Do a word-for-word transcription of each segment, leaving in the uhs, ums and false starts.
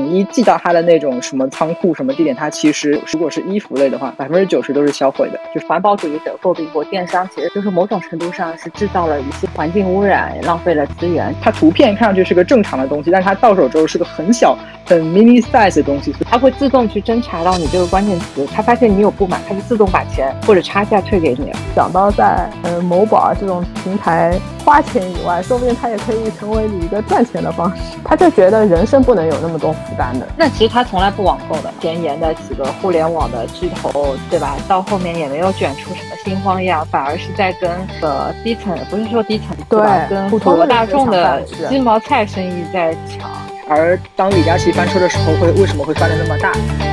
统一寄到他的那种什么仓库什么地点，它其实如果是衣服类的话，百分之九十都是销毁的。 就是环保主义者诟病过电商，其实就是某种程度上是制造了一些环境污染，浪费了资源。 它图片看上去是个正常的东西，但它到手之后是个很小很 mini size 的东西， 它会自动去侦查到你这个关键词，它发现你有不满，它就自动把钱或者差价退给你。 想到在呃某宝啊这种平台花钱以外，说不定它也可以成为你一个赚钱的方式。他就觉得人生不能有那么多负担的。 那其实他从来不网购的，前沿的几个互联网的巨头，对吧？到后面也没有卷出什么新花样，反而是在跟呃低层，不是说低层，对吧？跟普罗大众的鸡毛菜生意在抢。 而当李佳琦翻车的时候，会为什么会翻得那么大？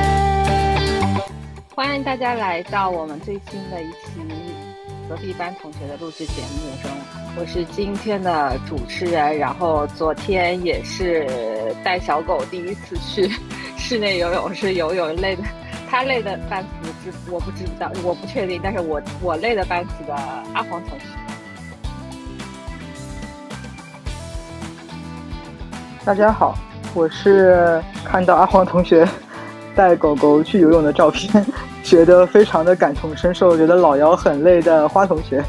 欢迎大家来到我们最新的一期隔壁班同学的录制节目中，我是今天的主持人，然后昨天也是带小狗第一次去室内游泳，是游泳累的，他累的半死，我不知道，我不确定，但是我我累的半死的阿黄同学。 大家好，我是看到阿黄同学带狗狗去游泳的照片，觉得非常的感同身受，觉得老姚很累的花同学。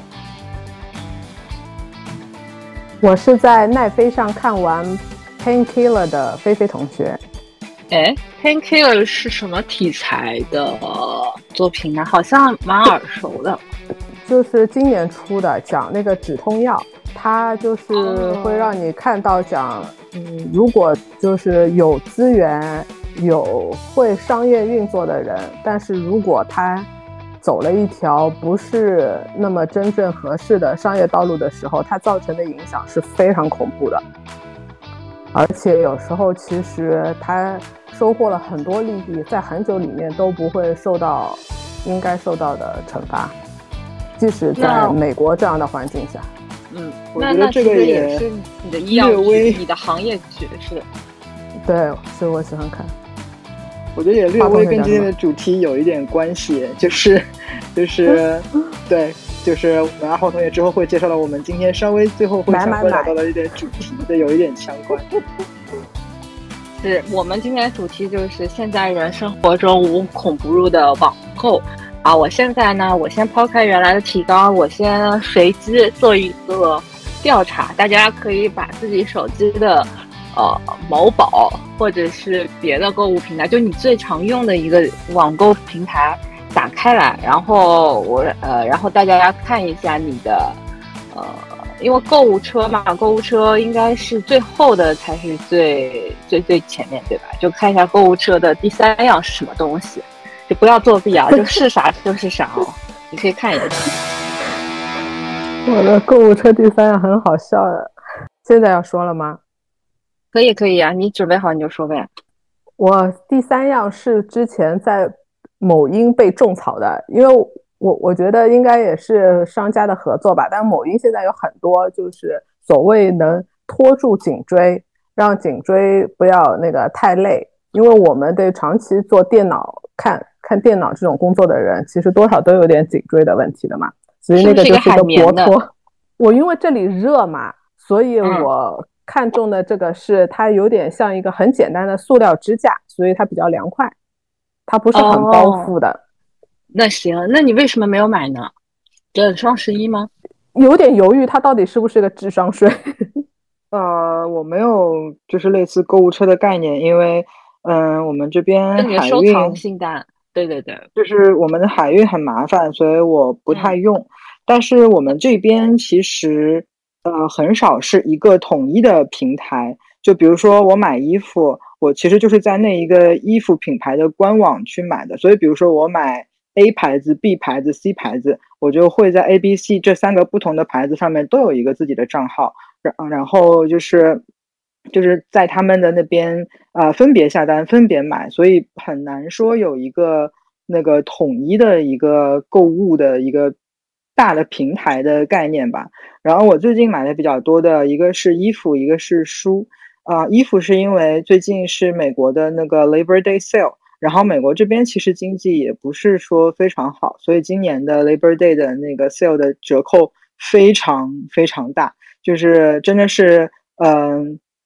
我是在奈飞上看完 Painkiller 的菲菲同学。 哎 Painkiller 是什么题材的作品呢？好像蛮耳熟的。 就是今年出的，讲那个止痛药，它就是会让你看到讲嗯，如果就是有资源有会商业运作的人，但是如果他走了一条不是那么真正合适的商业道路的时候，它造成的影响是非常恐怖的。而且有时候其实他收获了很多利益，在很久里面都不会受到应该受到的惩罚，即使在美国这样的环境下。 嗯，我觉得这个也是你的医药剧，你的行业剧是。 对，所以我喜欢看。 我觉得也略微跟今天的主题有一点关系，就是就是对，就是我们阿浩同学之后会介绍到我们今天稍微最后会想会聊到的一点主题的有一点相关。 是我们今天的主题就是现在人生活中无孔不入的网购。啊，我现在呢，我先抛开原来的提纲，我先随机做一个调查，大家可以把自己手机的呃某宝或者是别的购物平台，就你最常用的一个网购平台打开来，然后我呃，然后大家看一下你的呃，因为购物车嘛，购物车应该是最后的才是最最最前面，对吧？就看一下购物车的第三样是什么东西。就不要作弊啊，就是啥就是啥哦，你可以看一下。 我的购物车第三样很好笑的，现在要说了吗？ 可以可以啊，你准备好你就说呗。 我第三样是之前在某音被种草的，因为我我觉得应该也是商家的合作吧，但某音现在有很多就是所谓能拖住颈椎，让颈椎不要那个太累，因为我们对长期做电脑看看电脑这种工作的人，其实多少都有点颈椎的问题的嘛，所以那个就是一个脖托。我因为这里热嘛，所以我看中的这个是它有点像一个很简单的塑料支架，所以它比较凉快，它不是很包覆的。哦， 那行，那你为什么没有买呢？这双十一吗？ 有点犹豫，它到底是不是个智商税？ 呃，我没有就是类似购物车的概念，因为嗯、呃，我们这边海运收藏清单，对对对， 就是我们的海运很麻烦，所以我不太用。嗯、但是我们这边其实呃很少是一个统一的平台，就比如说我买衣服，我其实就是在那一个衣服品牌的官网去买的。所以比如说我买 A 牌子、B 牌子、C 牌子，我就会在 A、B、C 这三个不同的牌子上面都有一个自己的账号，然然后就是就是在他们的那边呃分别下单分别买，所以很难说有一个那个统一的一个购物的一个大的平台的概念吧。然后我最近买的比较多的一个是衣服，一个是书。啊、呃，衣服是因为最近是美国的那个 Labor Day Sale， 然后美国这边其实经济也不是说非常好，所以今年的 Labor Day 的那个 Sale 的折扣非常非常大，就是真的是嗯。呃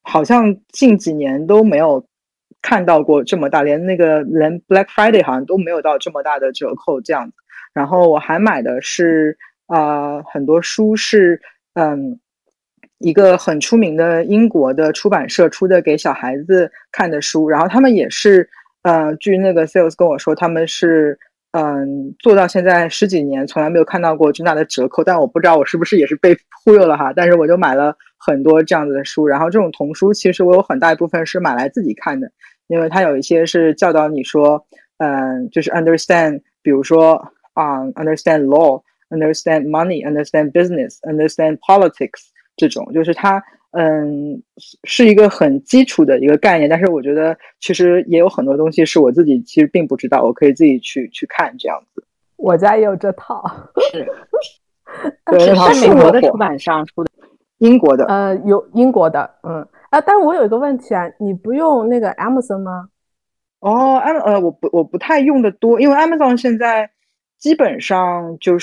好像近几年都没有看到过这么大，连那个连 Black Friday 好像都没有到这么大的折扣这样子。然后我还买的是呃很多书是嗯一个很出名的英国的出版社出的给小孩子看的书，然后他们也是呃据那个 sales 跟我说，他们是嗯做到现在十几年从来没有看到过这么大的折扣，但我不知道我是不是也是被忽悠了哈，但是我就买了很多这样子的书。然后这种童书其实我有很大一部分是买来自己看的，因为它有一些是教导你说嗯就是 understand 比如说啊、um, understand law, understand money, understand business, understand politics 这种，就是它嗯是一个很基础的一个概念，但是我觉得其实也有很多东西是我自己其实并不知道，我可以自己去去看这样子。 我家也有这套。 是对，那套是美国的出版商出的， 英国的呃有英国的，嗯啊，但是我有一个问题啊，你不用那个 Amazon 吗？ 哦，呃，我不我不太用的多，因为 Amazon 现在基本上就是，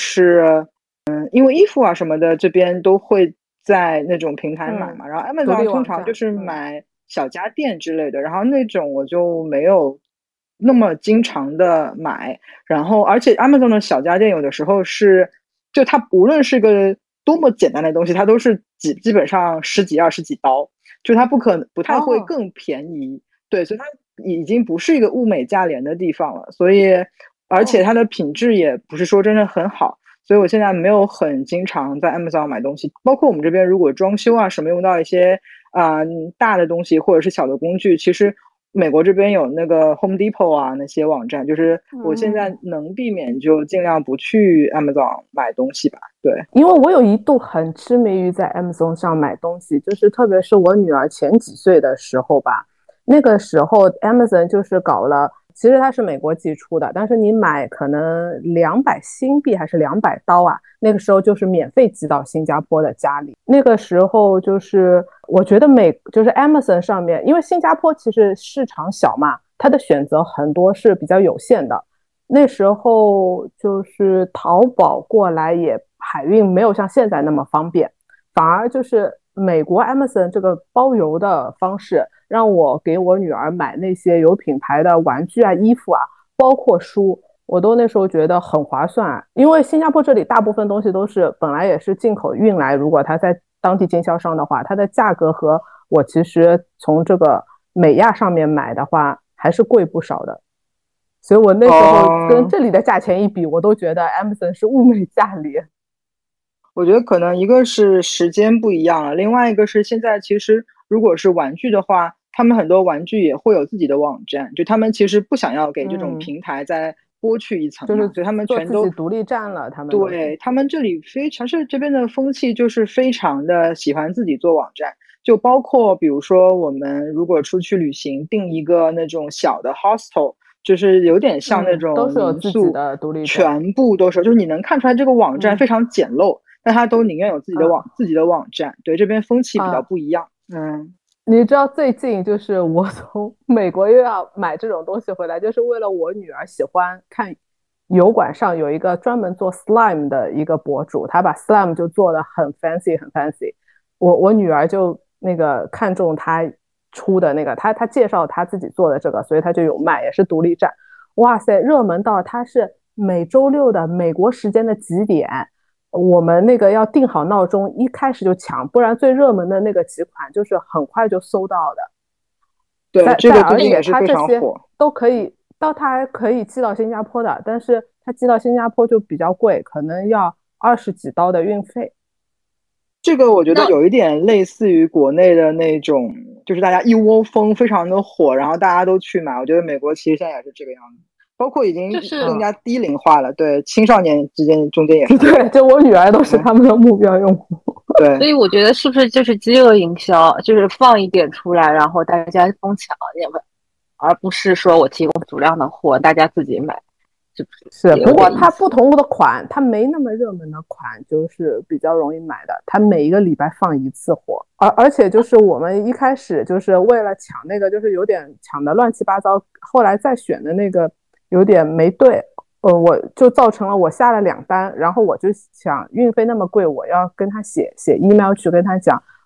嗯，因为衣服啊什么的这边都会在那种平台买嘛， 嗯、 然后 Amazon 通常就是买小家电之类的，嗯、然后那种我就没有那么经常的买，然后而且 Amazon 的小家电有的时候是，就它无论是个多么简单的东西，它都是几基本上十几二十几刀，就它不可能不太会更便宜，哦、对，所以它已经不是一个物美价廉的地方了，所以而且它的品质也不是说真的很好，所以我现在没有很经常在 Amazon 买东西，包括我们这边如果装修啊什么用到一些啊、呃、大的东西或者是小的工具，其实美国这边有那个 Home Depot 啊那些网站，就是我现在能避免就尽量不去 Amazon 买东西吧。对， 因为我有一度很痴迷于在 Amazon 上买东西，就是特别是我女儿前几岁的时候吧，那个时候 Amazon 就是搞了，其实它是美国寄出的，但是你买可能两百新币还是两百刀啊，那个时候就是免费寄到新加坡的家里。那个时候就是我觉得美就是 Amazon 上面，因为新加坡其实市场小嘛，它的选择很多是比较有限的。那时候就是淘宝过来也海运没有像现在那么方便，反而就是美国 Amazon 这个包邮的方式，让我给我女儿买那些有品牌的玩具啊、衣服啊，包括书，我都那时候觉得很划算啊。因为新加坡这里大部分东西都是本来也是进口运来，如果它在当地经销商的话，它的价格和我其实从这个美亚上面买的话还是贵不少的。所以我那时候跟这里的价钱一比，我都觉得 Amazon 是物美价廉。 我觉得可能一个是时间不一样了，另外一个是现在其实如果是玩具的话，他们很多玩具也会有自己的网站，就他们其实不想要给这种平台再剥去一层嘛， 嗯、就是所以他们全都独立站了。他们对他们这里非常是这边的风气就是非常的喜欢自己做网站，就包括比如说我们如果出去旅行订一个那种小的 hostel。就是有点像那种民宿， 嗯、都是有自己的独立站， 全部都是，就是你能看出来这个网站非常简陋，嗯、但他都宁愿有自己的网、嗯、自己的网站。对，这边风气比较不一样。嗯, 嗯， 你知道最近就是我从美国又要买这种东西回来，就是为了我女儿喜欢看油管上有一个专门做 slime 的一个博主，他把 slime 就做的很 fancy 很 fancy， 我我女儿就那个看中他出的那个，他他介绍他自己做的这个，所以他就有卖，也是独立站。哇塞，热门到他是每周六的美国时间的几点，我们那个要定好闹钟，一开始就抢，不然最热门的那个几款就是很快就搜到的。 对，这个最近也是非常火， 都可以到他还可以寄到新加坡的，但是他寄到新加坡就比较贵，可能要二十几刀的运费。 这个我觉得有一点类似于国内的那种，就是大家一窝蜂非常的火，然后大家都去买。我觉得美国其实现在也是这个样子，包括已经更加低龄化了，对青少年之间中间也是。 对，就我女儿都是他们的目标用户。 对， 所以我觉得是不是就是饥饿营销，就是放一点出来，然后大家疯抢，而不是说我提供足量的货，大家自己买。 是，不过它不同的款，它没那么热门的款，就是比较容易买的。它每一个礼拜放一次货，而而且就是我们一开始就是为了抢那个，就是有点抢的乱七八糟，后来再选的那个有点没对，呃，我就造成了我下了两单，然后我就想运费那么贵，我要跟他写写 email 去跟他讲，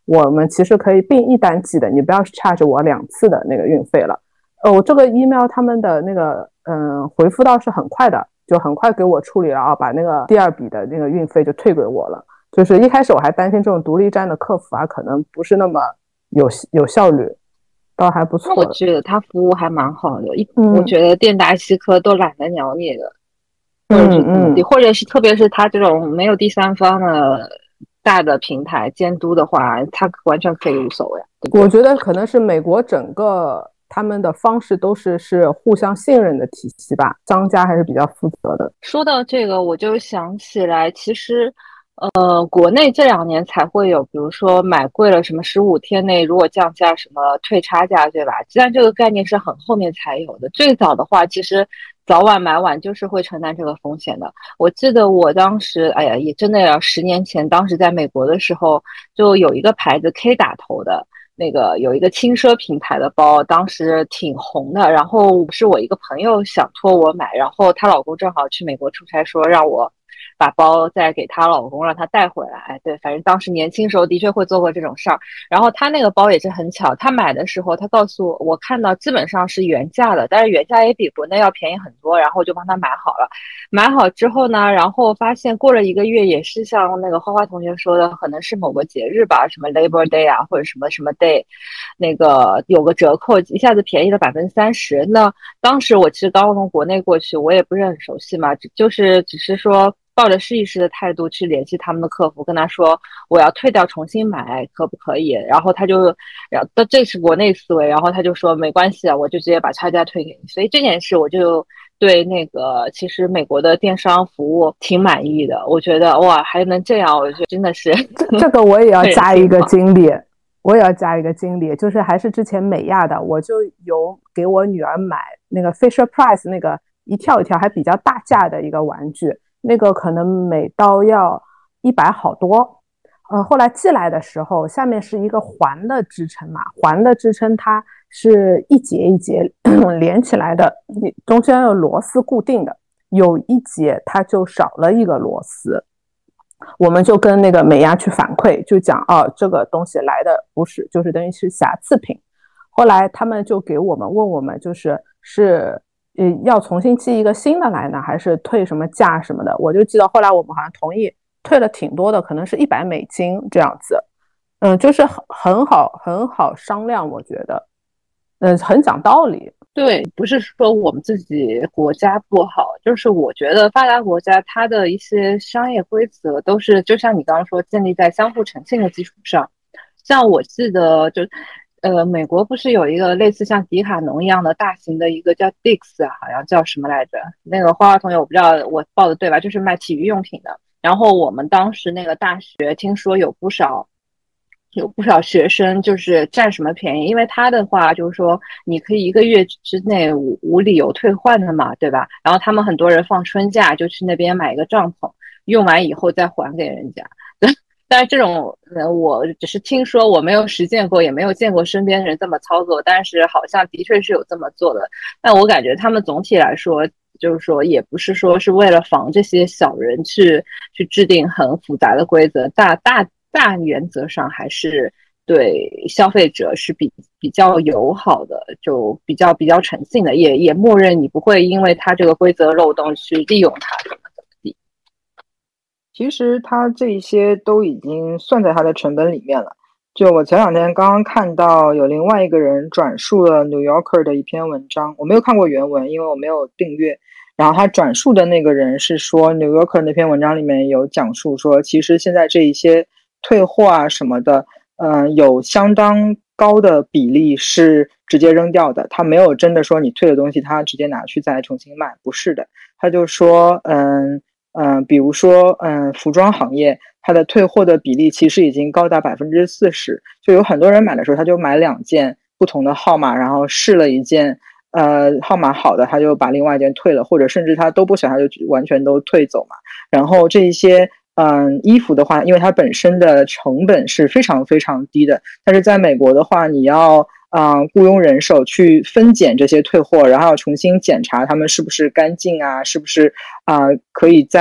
我们其实可以并一单寄的，你不要 charge 我两次的那个运费了。呃，我这个 email 他们的那个嗯、呃、回复倒是很快的，就很快给我处理了啊，把那个第二笔的那个运费就退给我了。就是一开始我还担心这种独立站的客服啊，可能不是那么有有效率，倒还不错。 我觉得他服务还蛮好的，一、嗯、我觉得店大欺客都懒得鸟你的，或者是怎么地， 嗯嗯、 或者是特别是他这种没有第三方的大的平台监督的话，他完全可以无所谓。对对， 我觉得可能是美国整个他们的方式都是是互相信任的体系吧，商家还是比较负责的。 说到这个，我就想起来，其实。呃，国内这两年才会有，比如说买贵了什么十五天内如果降价什么退差价，对吧？但这个概念是很后面才有的。最早的话，其实早晚买晚就是会承担这个风险的。我记得我当时，哎呀，也真的要十年前，当时在美国的时候，就有一个牌子 K 打头的。那个有一个轻奢品牌的包，当时挺红的。然后是我一个朋友想托我买，然后她老公正好去美国出差，说让我把包再给她老公，让她带回来。哎，对，反正当时年轻时候的确会做过这种事儿。然后她那个包也是很巧，她买的时候，她告诉我，我看到基本上是原价的，但是原价也比国内要便宜很多，然后就帮她买好了。买好之后呢，然后发现过了一个月，也是像那个花花同学说的，可能是某个节日吧，什么 Labor Day 啊，或者什么什么 Day， 那个有个折扣，一下子便宜了百分之三十。那当时我其实刚从国内过去，我也不是很熟悉嘛，就是只是说抱着试一试的态度去联系他们的客服，跟他说我要退掉重新买，可不可以？然后他就，然后这是国内思维，然后他就说没关系啊，我就直接把差价退给你。所以这件事我就对那个其实美国的电商服务挺满意的，我觉得哇还能这样，我觉得真的是这这个我也要加一个经历，我也要加一个经历，就是还是之前美亚的，我就有给我女儿买那个 Fisher Price 那个一跳一跳还比较大架的一个玩具，那个可能每刀要一百好多。呃，后来寄来的时候，下面是一个环的支撑嘛，环的支撑它是一节一节连起来的，中间有螺丝固定的，有一节它就少了一个螺丝。我们就跟那个美亚去反馈，就讲哦，这个东西来的不是，就是等于是瑕疵品。后来他们就给我们问我们，就是是呃要重新寄一个新的来呢，还是退什么价什么的。我就记得后来我们好像同意退了挺多的，可能是一百美金这样子。嗯，就是很好很好商量，我觉得，嗯，很讲道理。 对，不是说我们自己国家不好，就是我觉得发达国家它的一些商业规则都是，就像你刚刚说，建立在相互诚信的基础上。像我记得就，呃，美国不是有一个类似像迪卡侬一样的大型的一个叫 Dick's 啊，好像叫什么来着？那个花花同学我不知道我报的对吧？就是卖体育用品的。然后我们当时那个大学听说有不少。有不少学生就是占什么便宜，因为他的话就是说你可以一个月之内无无理由退换的嘛，对吧？然后他们很多人放春假就去那边买一个帐篷，用完以后再还给人家。但是这种呃，我只是听说，我没有实践过，也没有见过身边人这么操作，但是好像的确是有这么做的。但我感觉他们总体来说，就是说也不是说是为了防这些小人去去制定很复杂的规则，大大。大原则上还是对消费者是比比较友好的，就比较比较诚信的，也也默认你不会因为它这个规则漏洞去利用它怎么怎么地。 其实它这些都已经算在它的成本里面了。就我前两天刚刚看到有另外一个人转述了 New Yorker 的一篇文章，我没有看过原文，因为我没有订阅。然后他转述的那个人是说 New Yorker 那篇文章里面有讲述说，其实现在这一些退货啊什么的，嗯、呃，有相当高的比例是直接扔掉的。他没有真的说你退的东西，他直接拿去再重新卖，不是的。他就说，嗯嗯、呃，比如说，嗯，服装行业它的退货的比例其实已经高达百分之四十。就有很多人买的时候，他就买两件不同的号码，然后试了一件，呃，号码好的，他就把另外一件退了，或者甚至他都不想，他就完全都退走嘛。然后这一些。嗯，衣服的话，因为它本身的成本是非常非常低的，但是在美国的话，你要嗯雇佣人手去分拣这些退货，然后要重新检查他们是不是干净啊，是不是啊、呃、可以再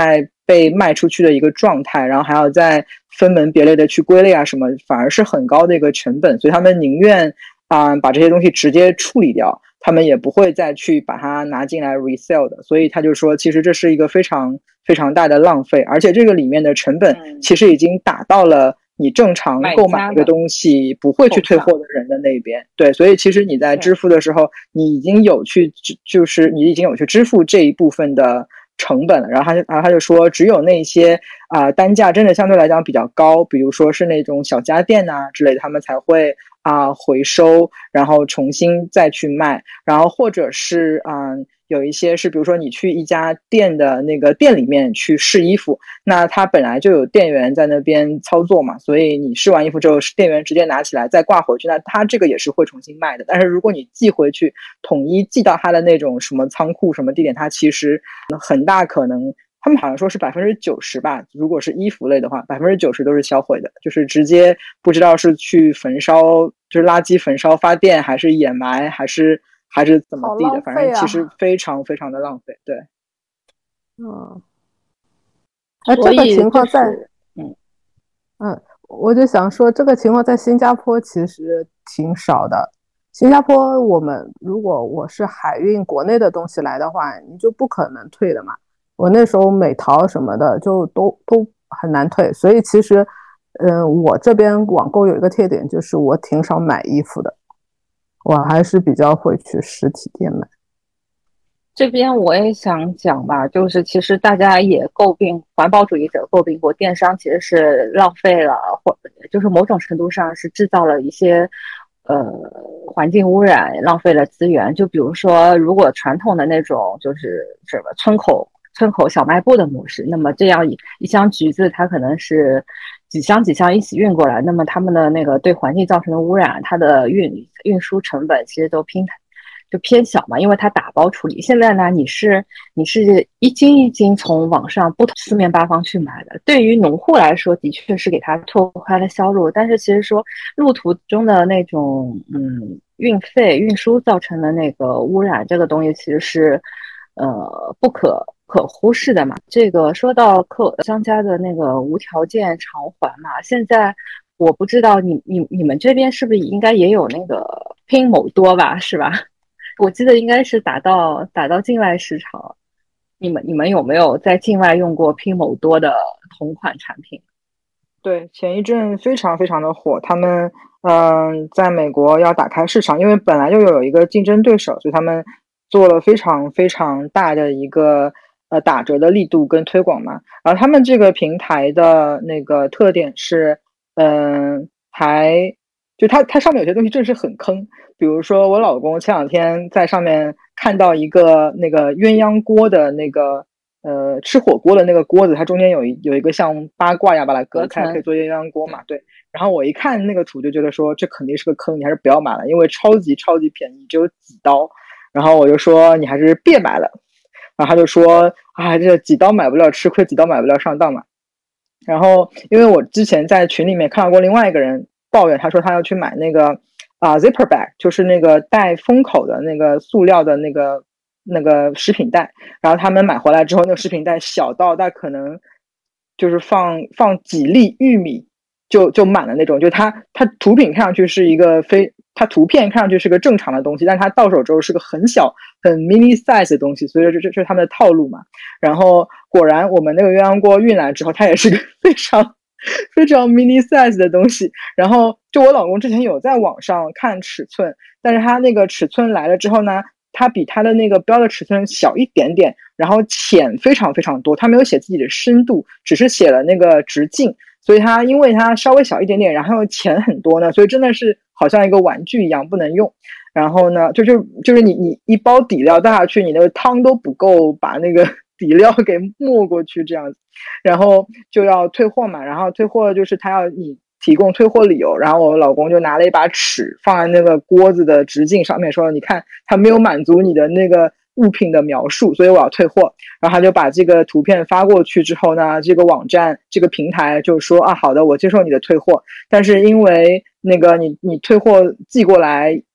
被卖出去的一个状态，然后还要再分门别类的去归类啊什么，反而是很高的一个成本，所以他们宁愿啊、呃、把这些东西直接处理掉，他们也不会再去把它拿进来 resell 的。所以他就说其实这是一个非常非常大的浪费，而且这个里面的成本其实已经打到了你正常购买一个东西不会去退货的人的那边。对，所以其实你在支付的时候你已经有去就是你已经有去支付这一部分的成本了。然后他就然后他就说只有那些啊、呃、单价真的相对来讲比较高，比如说是那种小家电啊之类的，他们才会啊、呃、回收然后重新再去卖。然后或者是啊、呃有一些是比如说你去一家店的那个店里面去试衣服，那它本来就有店员在那边操作嘛，所以你试完衣服之后店员直接拿起来再挂回去，那它这个也是会重新卖的。但是如果你寄回去统一寄到它的那种什么仓库什么地点，它其实很大可能他们好像说是百分之九十吧，如果是衣服类的话百分之九十都是销毁的，就是直接不知道是去焚烧，就是垃圾焚烧发电，还是掩埋，还是还是怎么地的、 啊、 反正其实非常非常的浪费。对， 嗯，而这个情况在，嗯嗯，我就想说，这个情况在新加坡其实挺少的。新加坡我们如果我是海运国内的东西来的话，你就不可能退的嘛。我那时候美淘什么的就都都很难退，所以其实，嗯，我这边网购有一个特点，就是我挺少买衣服的。我还是比较会去实体店买。 这边我也想讲吧，就是其实大家也诟病环保主义者诟病过电商其实是浪费了，或就是某种程度上是制造了一些呃环境污染，浪费了资源。就比如说，如果传统的那种就是什么村口村口小卖部的模式，那么这样一一箱橘子它可能是几箱几箱一起运过来，那么他们的那个对环境造成的污染，它的运运输成本其实都偏就偏小嘛，因为它打包处理。现在呢，你是你是一斤一斤从网上不同四面八方去买的，对于农户来说，的确是给他拓宽了销路，但是其实说路途中的那种嗯运费运输造成的那个污染，这个东西其实是呃不可可忽视的嘛。这个说到客商家的那个无条件偿还嘛，现在我不知道你你你们这边是不是应该也有那个拼某多吧，是吧？我记得应该是打到打到境外市场。你们你们有没有在境外用过拼某多的同款产品？ 对，前一阵非常非常的火，他们嗯、呃、在美国要打开市场，因为本来就有一个竞争对手，所以他们做了非常非常大的一个呃打折的力度跟推广嘛。然后他们这个平台的那个特点是，嗯、呃、还就它它上面有些东西真是很坑，比如说我老公前两天在上面看到一个那个鸳鸯锅的那个呃吃火锅的那个锅子，它中间有一有一个像八卦呀把它隔开，可以做鸳鸯锅嘛。对，然后我一看那个图就觉得说这肯定是个坑，你还是不要买了，因为超级超级便宜，只有几刀。然后我就说你还是别买了，然后他就说啊这几刀买不了吃亏，几刀买不了上当嘛。然后因为我之前在群里面看到过另外一个人抱怨，他说他要去买那个啊、呃、zipper bag， 就是那个带封口的那个塑料的那个那个食品袋，然后他们买回来之后，那个食品袋小到大可能就是放放几粒玉米就就满了那种，就它它图品看上去是一个非它图片看上去是个正常的东西，但它到手之后是个很小很 mini size 的东西，所以这这是他们的套路嘛。然后果然我们那个鸳鸯锅运来之后，它也是个非常非常 mini size 的东西。然后就我老公之前有在网上看尺寸，但是他那个尺寸来了之后呢，它比它的那个标的尺寸小一点点，然后浅非常非常多，它没有写自己的深度，只是写了那个直径，所以它因为它稍微小一点点，然后又浅很多呢，所以真的是好像一个玩具一样不能用。然后呢就就就是你你一包底料倒下去，你那个汤都不够把那个底料给没过去这样子，然后就要退货嘛，然后退货就是他要你提供退货理由，然后我老公就拿了一把尺放在那个锅子的直径上面，说你看他没有满足你的那个物品的描述，所以我要退货。然后他就把这个图片发过去之后呢，这个网站这个平台就说啊好的，我接受你的退货，但是因为那个你你退货寄过来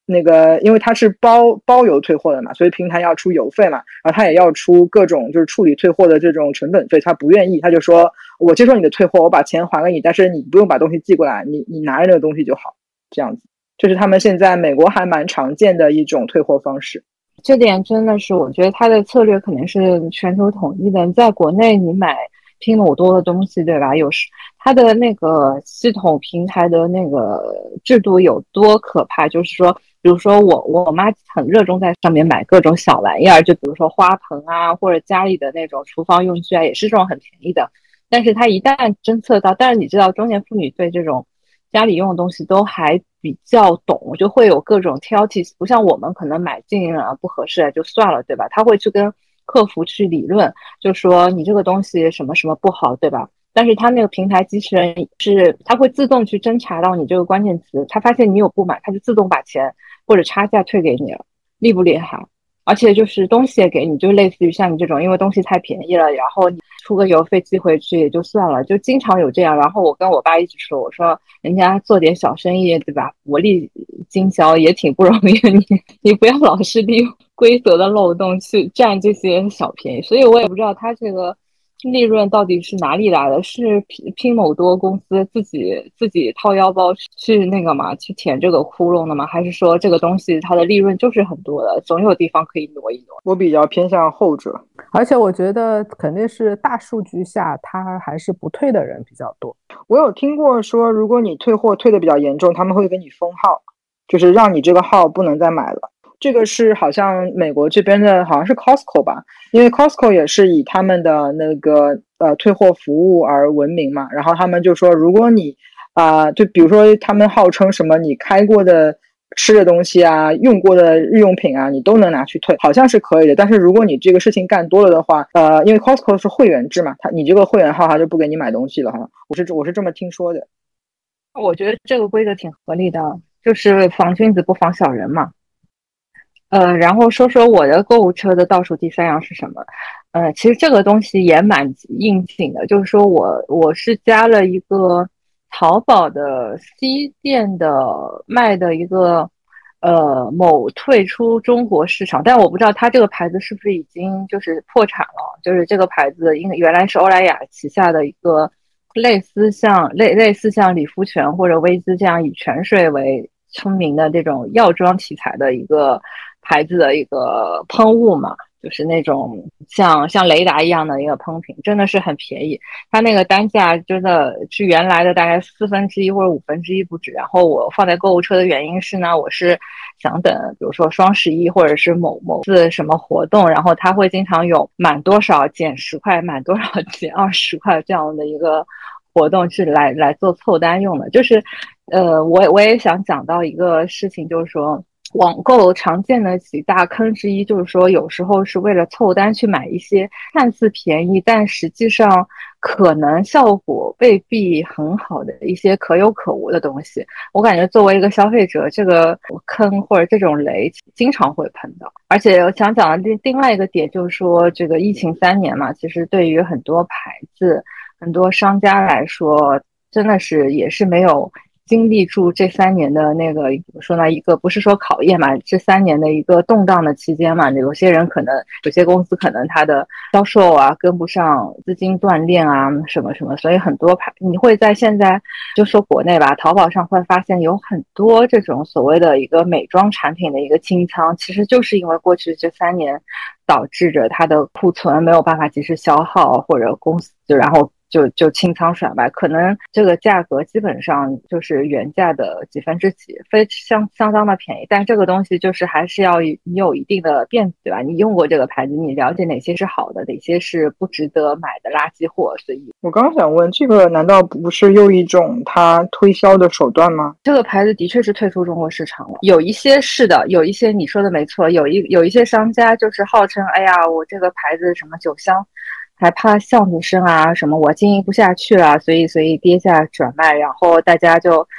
那个，因为它是包包邮退货的嘛，所以平台要出邮费嘛，然后他也要出各种就是处理退货的这种成本费，他不愿意，他就说我接受你的退货，我把钱还给你，但是你不用把东西寄过来，你你拿着那个东西就好，这样子。这是他们现在美国还蛮常见的一种退货方式。 这点真的是，我觉得他的策略可能是全球统一的。在国内你买拼多多的东西，对吧？有时它的那个系统平台的那个制度有多可怕？就是说，比如说我我妈很热衷在上面买各种小玩意儿，就比如说花盆啊，或者家里的那种厨房用具啊，也是这种很便宜的。但是它一旦侦测到，但是你知道，中年妇女对这种家里用的东西都还比较懂，就会有各种挑剔，不像我们可能买进啊不合适就算了，对吧？他会去跟客服去理论，就说你这个东西什么什么不好，对吧？但是他那个平台机器人是，他会自动去侦查到你这个关键词，他发现你有不满，他就自动把钱或者差价退给你了，厉不厉害？而且就是东西也给你，就类似于像你这种，因为东西太便宜了，然后你出个邮费寄回去也就算了，就经常有这样。然后我跟我爸一直说，我说人家做点小生意，对吧？薄利经销也挺不容易的，你你不要老是利用规则的漏洞去占这些小便宜。所以我也不知道他这个利润到底是哪里来的，是拼拼某多公司自己自己掏腰包去那个嘛，去填这个窟窿的吗？还是说这个东西它的利润就是很多的，总有地方可以挪一挪？ 我比较偏向后者， 而且我觉得肯定是大数据下，它还是不退的人比较多。 我有听过说，如果你退货退的比较严重，他们会给你封号，就是让你这个号不能再买了。这个是好像美国这边的，好像是 Costco 吧，因为 Costco 也是以他们的那个呃退货服务而闻名嘛。然后他们就说，如果你啊、呃，就比如说他们号称什么你开过的吃的东西啊，用过的日用品啊，你都能拿去退，好像是可以的。但是如果你这个事情干多了的话，呃，因为 Costco 是会员制嘛，他你这个会员号他就不给你买东西了哈。我是我是这么听说的。 我觉得这个规则挺合理的，就是防君子不防小人嘛。呃，然后说说我的购物车的倒数第三样是什么？呃，其实这个东西也蛮应景的，就是说我我是加了一个淘宝的西店的卖的一个呃某退出中国市场，但我不知道它这个牌子是不是已经就是破产了，就是这个牌子应原来是欧莱雅旗下的一个类似像类类似像理肤泉或者薇姿这样以泉水为出名的这种药妆题材的一个牌子的一个喷雾嘛，就是那种像像雷达一样的一个喷瓶，真的是很便宜。它那个单价真的是原来的大概四分之一或者五分之一不止。然后我放在购物车的原因是呢，我是想等，比如说双十一或者是某某次什么活动，然后它会经常有满多少减十块，满多少减二十块这样的一个活动是来来做凑单用的。就是，呃，我我也想讲到一个事情，就是说。网购常见的几大坑之一，就是说有时候是为了凑单去买一些看似便宜，但实际上可能效果未必很好的一些可有可无的东西。我感觉作为一个消费者，这个坑或者这种雷经常会碰到。而且我想讲的另另外一个点就是说，这个疫情三年嘛，其实对于很多牌子、很多商家来说，真的是也是没有经历住这三年的那个怎么说呢？一个不是说考验嘛，这三年的一个动荡的期间嘛，有些人可能有些公司可能它的销售啊跟不上，资金断裂啊什么什么，所以很多牌你会在现在就说国内吧，淘宝上会发现有很多这种所谓的一个美妆产品的一个清仓，其实就是因为过去这三年导致着它的库存没有办法及时消耗，或者公司就然后。就就清仓甩卖，可能这个价格基本上就是原价的几分之几，非相相当的便宜。但这个东西就是还是要你有一定的辨识，对吧？你用过这个牌子，你了解哪些是好的，哪些是不值得买的垃圾货。所以， 我刚刚想问，这个难道不是又一种它推销的手段吗？ 这个牌子的确是退出中国市场了，有一些是的，有一些你说的没错，有一有一些商家就是号称，哎呀，我这个牌子什么酒香。还怕巷子深啊，什么我经营不下去了，所以所以跌价转卖，然后大家就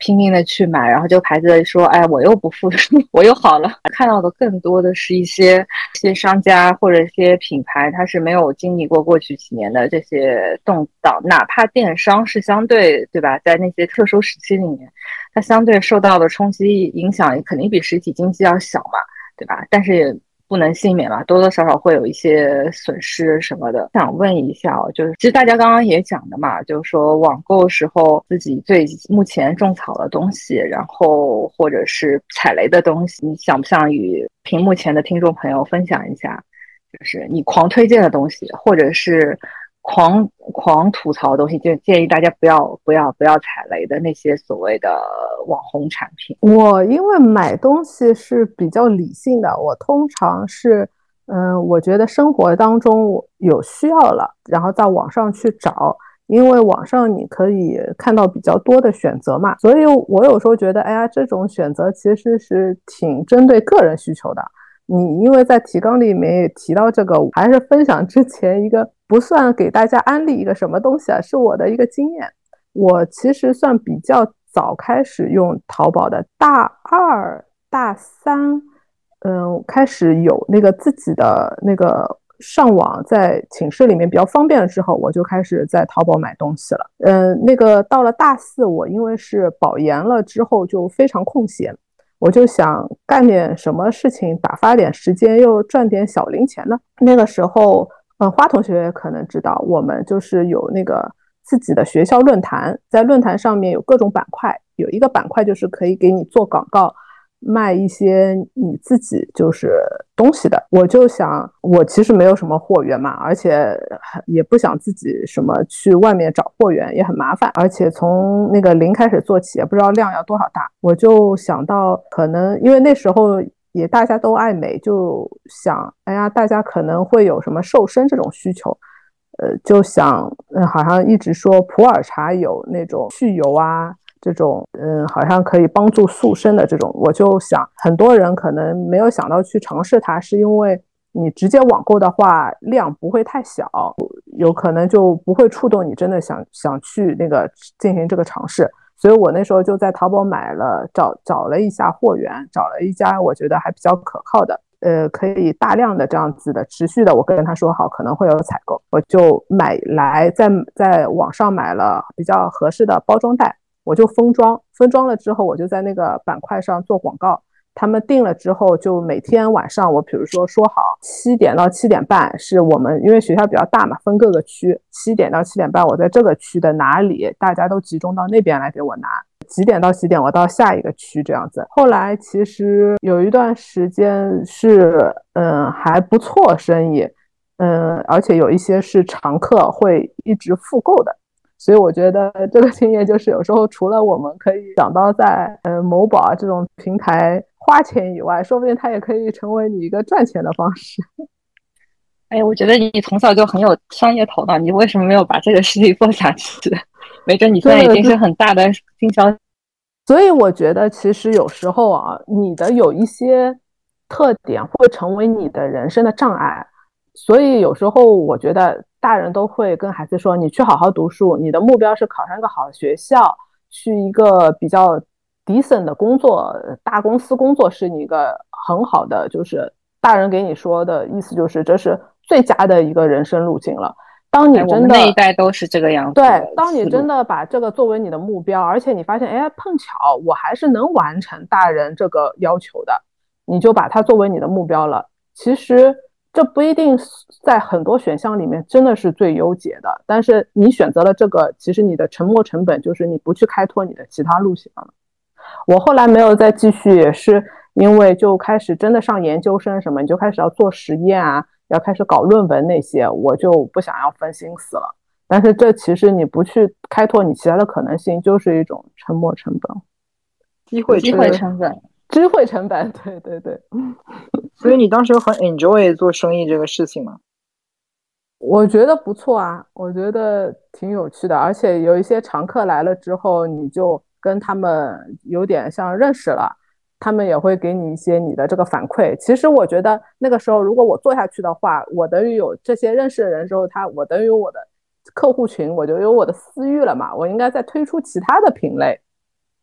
拼命的去买，然后这个牌子说，哎，我又不付，我又好了。看到的更多的是一些一些商家或者一些品牌，它是没有经历过过去几年的这些动荡，哪怕电商是相对，对吧，在那些特殊时期里面，它相对受到的冲击影响肯定比实体经济要小嘛，对吧？但是不能幸免嘛，多多少少会有一些损失什么的。想问一下哦，就是其实大家刚刚也讲的嘛，就是说网购时候自己最目前种草的东西，然后或者是踩雷的东西，你想不想与屏幕前的听众朋友分享一下？就是你狂推荐的东西，或者是狂狂吐槽的东西，就建议大家不要不要不要踩雷的那些所谓的网红产品。 我因为买东西是比较理性的，我通常是，嗯、呃，我觉得生活当中有需要了，然后在网上去找，因为网上你可以看到比较多的选择嘛，所以我有时候觉得，哎呀，这种选择其实是挺针对个人需求的。你因为在提纲里面也提到这个，还是分享之前一个不算给大家安利一个什么东西啊，是我的一个经验。我其实算比较早开始用淘宝的，大二大三，嗯，开始有那个自己的那个上网，在寝室里面比较方便了之后，我就开始在淘宝买东西了。嗯，那个到了大四，我因为是保研了之后就非常空闲，我就想干点什么事情打发点时间又赚点小零钱呢。那个时候呃，花同学可能知道，我们就是有那个自己的学校论坛，在论坛上面有各种板块，有一个板块就是可以给你做广告，卖一些你自己就是东西的。我就想，我其实没有什么货源嘛，而且也不想自己什么去外面找货源，也很麻烦，而且从那个零开始做起，也不知道量要多少大。我就想到，可能因为那时候也大家都爱美，就想，哎呀，大家可能会有什么瘦身这种需求。呃，就想，嗯，好像一直说普洱茶有那种去油啊，这种，嗯，好像可以帮助塑身的这种，我就想，很多人可能没有想到去尝试它，是因为你直接网购的话，量不会太小，有可能就不会触动你真的想想去那个进行这个尝试。所以我那时候就在淘宝买了，找找了一下货源，找了一家我觉得还比较可靠的。呃，可以大量的这样子的持续的，我跟他说好可能会有采购，我就买来在在网上买了比较合适的包装袋，我就封装，封装了之后我就在那个板块上做广告，他们定了之后就每天晚上我比如说说好七点到七点半是我们因为学校比较大嘛，分各个区，七点到七点半我在这个区的哪里，大家都集中到那边来给我拿。几点到几点我到下一个区这样子。后来其实有一段时间是嗯还不错生意，嗯，而且有一些是常客会一直复购的。所以我觉得这个经验就是有时候除了我们可以想到在呃某宝啊这种平台花钱以外，说不定它也可以成为你一个赚钱的方式。 哎，我觉得你从小就很有商业头脑，你为什么没有把这个事情做下去？没准你现在已经是很大的经销。 所以我觉得其实有时候啊，你的有一些特点会成为你的人生的障碍。所以有时候我觉得大人都会跟孩子说，你去好好读书，你的目标是考上一个好的学校，去一个比较 decent 的工作，大公司工作是你一个很好的，就是大人给你说的意思就是这是最佳的一个人生路径了。当你真的、哎、我们那一代都是这个样子。 对，当你真的把这个作为你的目标，而且你发现，哎，碰巧我还是能完成大人这个要求的，你就把它作为你的目标了。其实这不一定在很多选项里面真的是最优解的，但是你选择了这个，其实你的沉没成本就是你不去开拓你的其他路线了。我后来没有再继续，也是因为就开始真的上研究生什么，你就开始要做实验啊，要开始搞论文那些，我就不想要分心思了。但是这其实你不去开拓你其他的可能性，就是一种沉没成本， 机会机会成本， 机会成本，对对对。 所以你当时很 enjoy 做生意这个事情吗？ 我觉得不错啊，我觉得挺有趣的，而且有一些常客来了之后，你就跟他们有点像认识了，他们也会给你一些你的这个反馈。其实我觉得那个时候如果我做下去的话，我等于有这些认识的人之后，他我等于有我的客户群，我就有我的私域了嘛，我应该再推出其他的品类，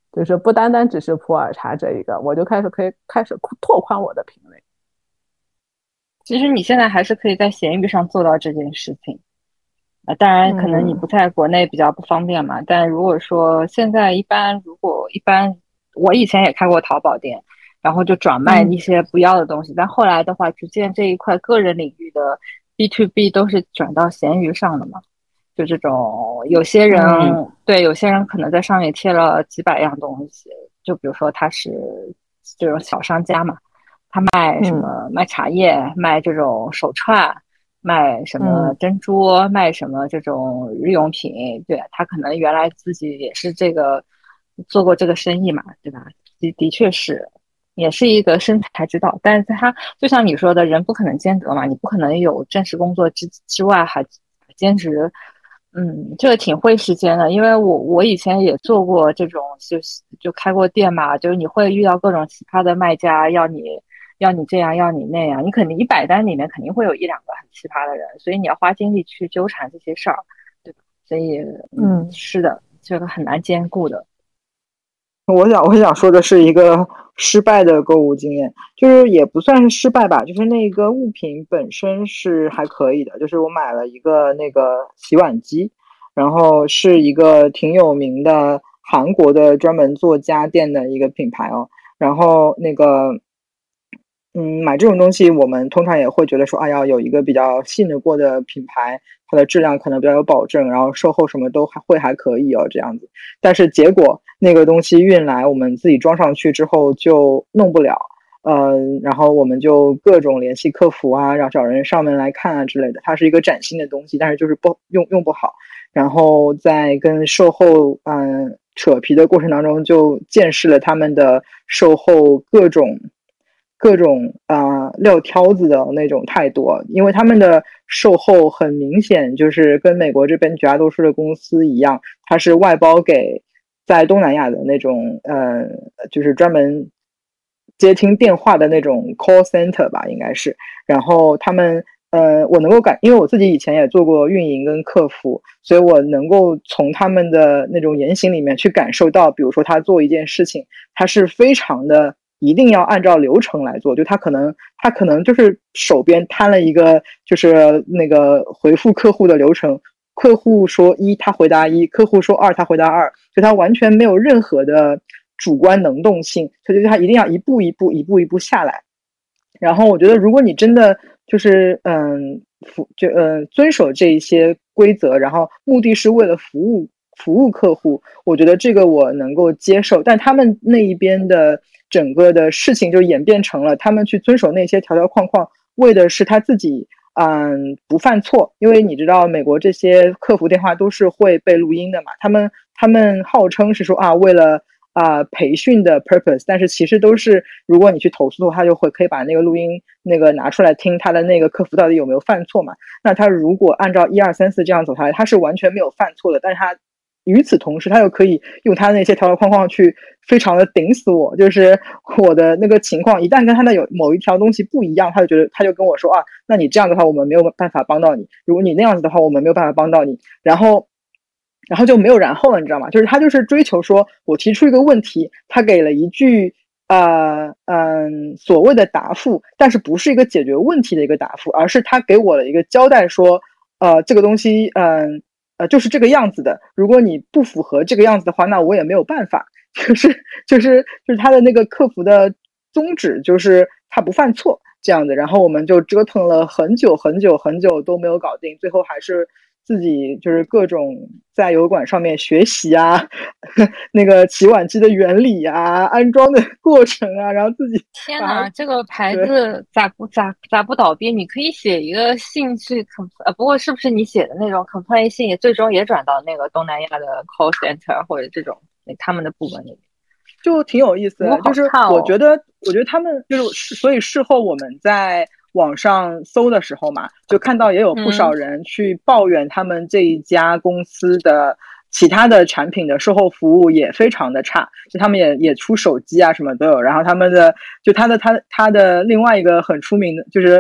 就是不单单只是普洱茶这一个，我就开始可以开始拓宽我的品类。 其实你现在还是可以在闲鱼上做到这件事情。呃，当然，可能你不在国内比较不方便嘛。嗯、但如果说现在一般，如果一般，我以前也开过淘宝店，然后就转卖一些不要的东西。嗯、但后来的话，逐渐这一块个人领域的 B to B 都是转到闲鱼上的嘛。就这种，有些人、嗯、对有些人可能在上面贴了几百样东西，就比如说他是这种小商家嘛，他卖什么、嗯、卖茶叶，卖这种手串。卖什么珍珠、嗯、卖什么这种日用品，对，他可能原来自己也是这个做过这个生意嘛，对吧？的的确是也是一个生财之道，但是他就像你说的，人不可能兼得嘛，你不可能有正式工作之之外还兼职，嗯，这个挺费时间的。因为我我以前也做过这种，就就开过店嘛，就是你会遇到各种奇葩的卖家要你。要你这样，要你那样，你肯定一百单里面肯定会有一两个很奇葩的人，所以你要花精力去纠缠这些事儿，对吧？所以，嗯，是的，这个很难兼顾的。 我想，我想说的是一个失败的购物经验，就是也不算是失败吧，就是那个物品本身是还可以的，就是我买了一个那个洗碗机，然后是一个挺有名的韩国的专门做家电的一个品牌哦，然后那个。嗯，买这种东西，我们通常也会觉得说，哎呀，有一个比较信得过的品牌，它的质量可能比较有保证，然后售后什么都还会还可以哦，这样子。但是结果那个东西运来，我们自己装上去之后就弄不了，呃，然后我们就各种联系客服啊，然后找人上门来看啊之类的。它是一个崭新的东西，但是就是不用用不好，然后在跟售后嗯扯皮的过程当中，就见识了他们的售后各种。各种啊、呃、撂挑子的那种态度，因为他们的售后很明显就是跟美国这边绝大多数的公司一样，它是外包给在东南亚的那种呃，就是专门接听电话的那种 call center 吧，应该是。然后他们呃，我能够感，因为我自己以前也做过运营跟客服，所以我能够从他们的那种言行里面去感受到，比如说他做一件事情，他是非常的。一定要按照流程来做，就他可能他可能就是手边摊了一个就是那个回复客户的流程，客户说一他回答一，客户说二他回答二，就他完全没有任何的主观能动性，所以他一定要一步一步一步一步下来。然后我觉得如果你真的就是嗯服就嗯遵守这一些规则，然后目的是为了服务服务客户，我觉得这个我能够接受。但他们那一边的整个的事情就演变成了他们去遵守那些条条框框，为的是他自己嗯不犯错。因为你知道美国这些客服电话都是会被录音的嘛，他们他们号称是说啊为了啊、呃、培训的 purpose， 但是其实都是如果你去投诉的话，他就会可以把那个录音那个拿出来听他的那个客服到底有没有犯错嘛。那他如果按照一二三四这样走下来，他是完全没有犯错的，但是他与此同时他又可以用他那些条条框框去非常的顶死我，就是我的那个情况一旦跟他的有某一条东西不一样，他就觉得他就跟我说啊，那你这样的话我们没有办法帮到你，如果你那样子的话我们没有办法帮到你，然后然后就没有然后了，你知道吗？就是他就是追求说我提出一个问题，他给了一句呃嗯所谓的答复，但是不是一个解决问题的一个答复，而是他给我了一个交代说呃这个东西嗯呃就是这个样子的，如果你不符合这个样子的话，那我也没有办法。就是就是就是他的那个客服的宗旨就是他不犯错这样的，然后我们就折腾了很久很久很久都没有搞定，最后还是自己就是各种在油管上面学习啊，那个洗碗机的原理啊，安装的过程啊，然后自己天哪，这个牌子咋不咋咋不倒闭？你可以写一个信去 compl 呃，不过是不是你写的那种 complaint 信，最终也转到那个东南亚的 call center 或者这种他们的部门里面？ 就挺有意思的，就是我觉得，我觉得他们就是，所以事后我们在网上搜的时候嘛，就看到也有不少人去抱怨他们这一家公司的其他的产品的售后服务也非常的差，就他们也也出手机啊什么都有，然后他们的就他的他他的另外一个很出名的就是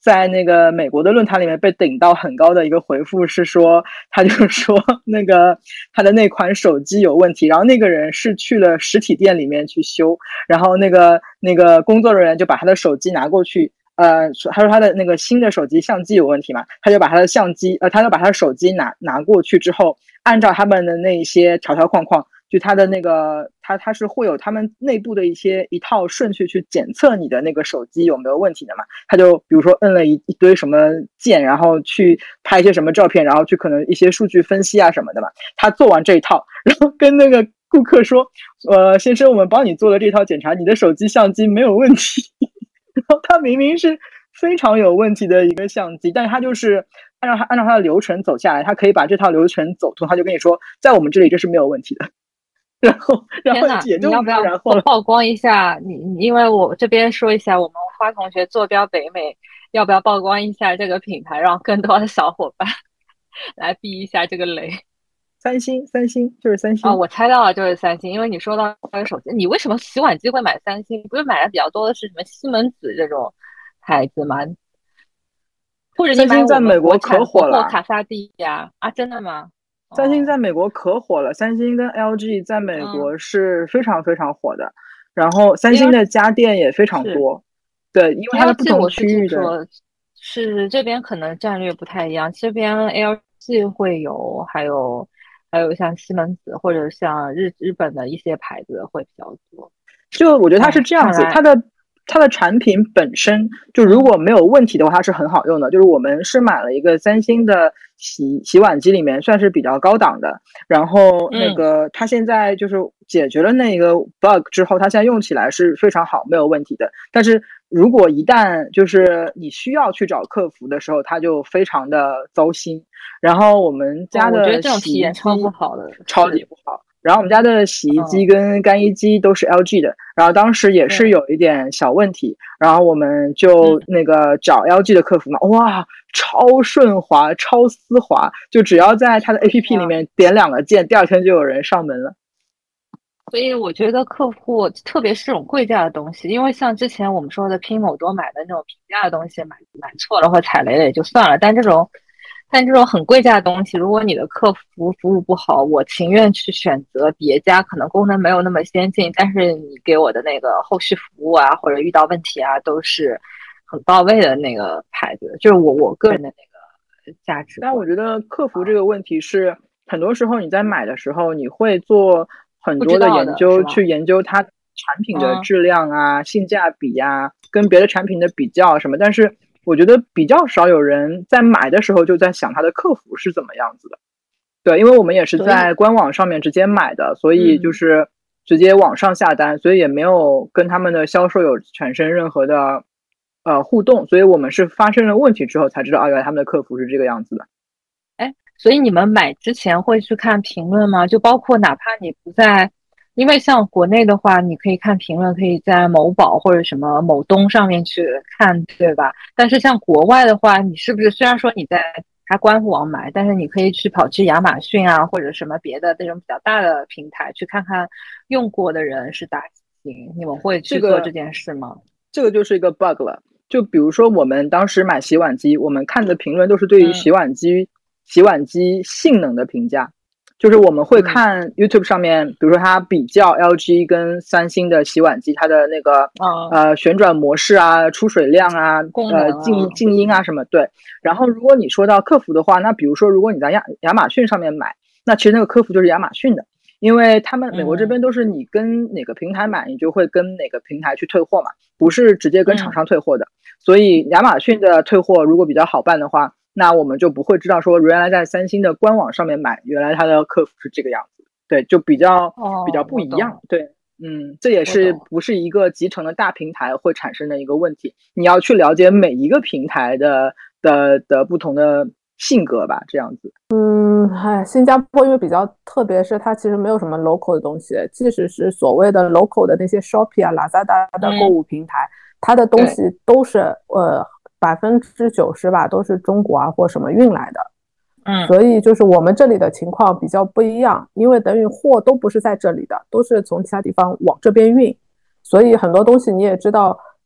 在那个美国的论坛里面被顶到很高的一个回复是说，他就说那个他的那款手机有问题，然后那个人是去了实体店里面去修，然后那个那个工作人员就把他的手机拿过去，呃，他说他的那个新的手机相机有问题嘛，他就把他的相机，呃，他就把他的手机拿拿过去之后，按照他们的那些条条框框。就它的那个，它它是会有他们内部的一些一套顺序去检测你的那个手机有没有问题的嘛？他就比如说摁了一一堆什么键，然后去拍一些什么照片，然后去可能一些数据分析啊什么的嘛。他做完这一套，然后跟那个顾客说：“呃，先生，我们帮你做了这套检查，你的手机相机没有问题。”然后他明明是非常有问题的一个相机，但是他就是按照他按照他的流程走下来，他可以把这套流程走通，他就跟你说，在我们这里这是没有问题的。然后，然后也就你要不要曝光一下你？因为我这边说一下，我们花同学坐标北美，要不要曝光一下这个品牌，让更多的小伙伴来避一下这个雷？ 三星，三星就是三星啊、哦，我猜到了，就是三星。因为你说到这个手机，你为什么洗碗机会买三星？不是买的比较多的是什么西门子这种牌子吗？或者你买我们在美国可火了， 卡萨帝呀？啊，真的吗？ 三星在美国可火了，三星跟 L G 在美国是非常非常火的，嗯、然后三星的家电也非常多，对，因为它的不同区域的， 是这边可能战略不太一样，这边 L G 会有，还有还有像西门子或者像日日本的一些牌子会比较多。 就我觉得它是这样子，它的。它的产品本身就如果没有问题的话，它是很好用的。就是我们是买了一个三星的洗洗碗机，里面算是比较高档的。然后那个它现在就是解决了那个 bug 之后，它现在用起来是非常好，没有问题的。但是如果一旦就是你需要去找客服的时候，它就非常的糟心。然后我们家的洗衣机、哦、我觉得这种体验超不好的， 超级不好。然后我们家的洗衣机跟干衣机都是 L G 的，嗯、然后当时也是有一点小问题，然后我们就那个找 L G 的客服嘛，嗯、哇，超顺滑，超丝滑，就只要在它的 A P P 里面点两个键，第二天就有人上门了。 所以我觉得客户，特别是这种贵价的东西，因为像之前我们说的拼某多买的那种平价的东西，买买错了或踩雷了也就算了，但这种。但这种很贵价的东西，如果你的客服服务不好，我情愿去选择别家，可能功能没有那么先进，但是你给我的那个后续服务啊，或者遇到问题啊，都是很到位的那个牌子，就是我我个人的那个价值。 但我觉得客服这个问题是，很多时候你在买的时候，你会做很多的研究，去研究它产品的质量啊、嗯、性价比啊，跟别的产品的比较什么，但是。我觉得比较少有人在买的时候就在想他的客服是怎么样子的。对，因为我们也是在官网上面直接买的，所以就是直接网上下单，嗯、所以也没有跟他们的销售有产生任何的呃互动，所以我们是发生了问题之后才知道，啊，原来他们的客服是这个样子的。 哎，所以你们买之前会去看评论吗？就包括哪怕你不在。因为像国内的话，你可以看评论，可以在某宝或者什么某东上面去看，对吧？但是像国外的话，你是不是虽然说你在它官网买，但是你可以去跑去亚马逊啊，或者什么别的那种比较大的平台去看看用过的人是打几星，你们会去做这件事吗？ 这个、这个就是一个 bug 了。就比如说我们当时买洗碗机，我们看的评论都是对于洗碗机、嗯、洗碗机性能的评价。就是我们会看 YouTube 上面，比如说它比较 L G 跟三星的洗碗机，它的那个、哦、呃旋转模式啊、出水量啊、呃静静音啊什么。对。然后如果你说到客服的话，那比如说如果你在亚亚马逊上面买，那其实那个客服就是亚马逊的，因为他们美国这边都是你跟哪个平台买，你就会跟哪个平台去退货嘛，不是直接跟厂商退货的。所以亚马逊的退货如果比较好办的话，那我们就不会知道说原来在三星的官网上面买，原来它的客服是这个样子。对，就比较、哦、比较不一样。对，嗯，这也是不是一个集成的大平台会产生的一个问题。你要去了解每一个平台的的的不同的性格吧，这样子。 嗯，哎，新加坡因为比较特别，是它其实没有什么 local 的东西，即使是所谓的 local 的那些 Shopee 啊、Lazada 的购物平台，嗯、它的东西都是呃。百分之九十吧都是中国啊或什么运来的，嗯，所以就是我们这里的情况比较不一样，因为等于货都不是在这里的，都是从其他地方往这边运，所以很多东西你也知道，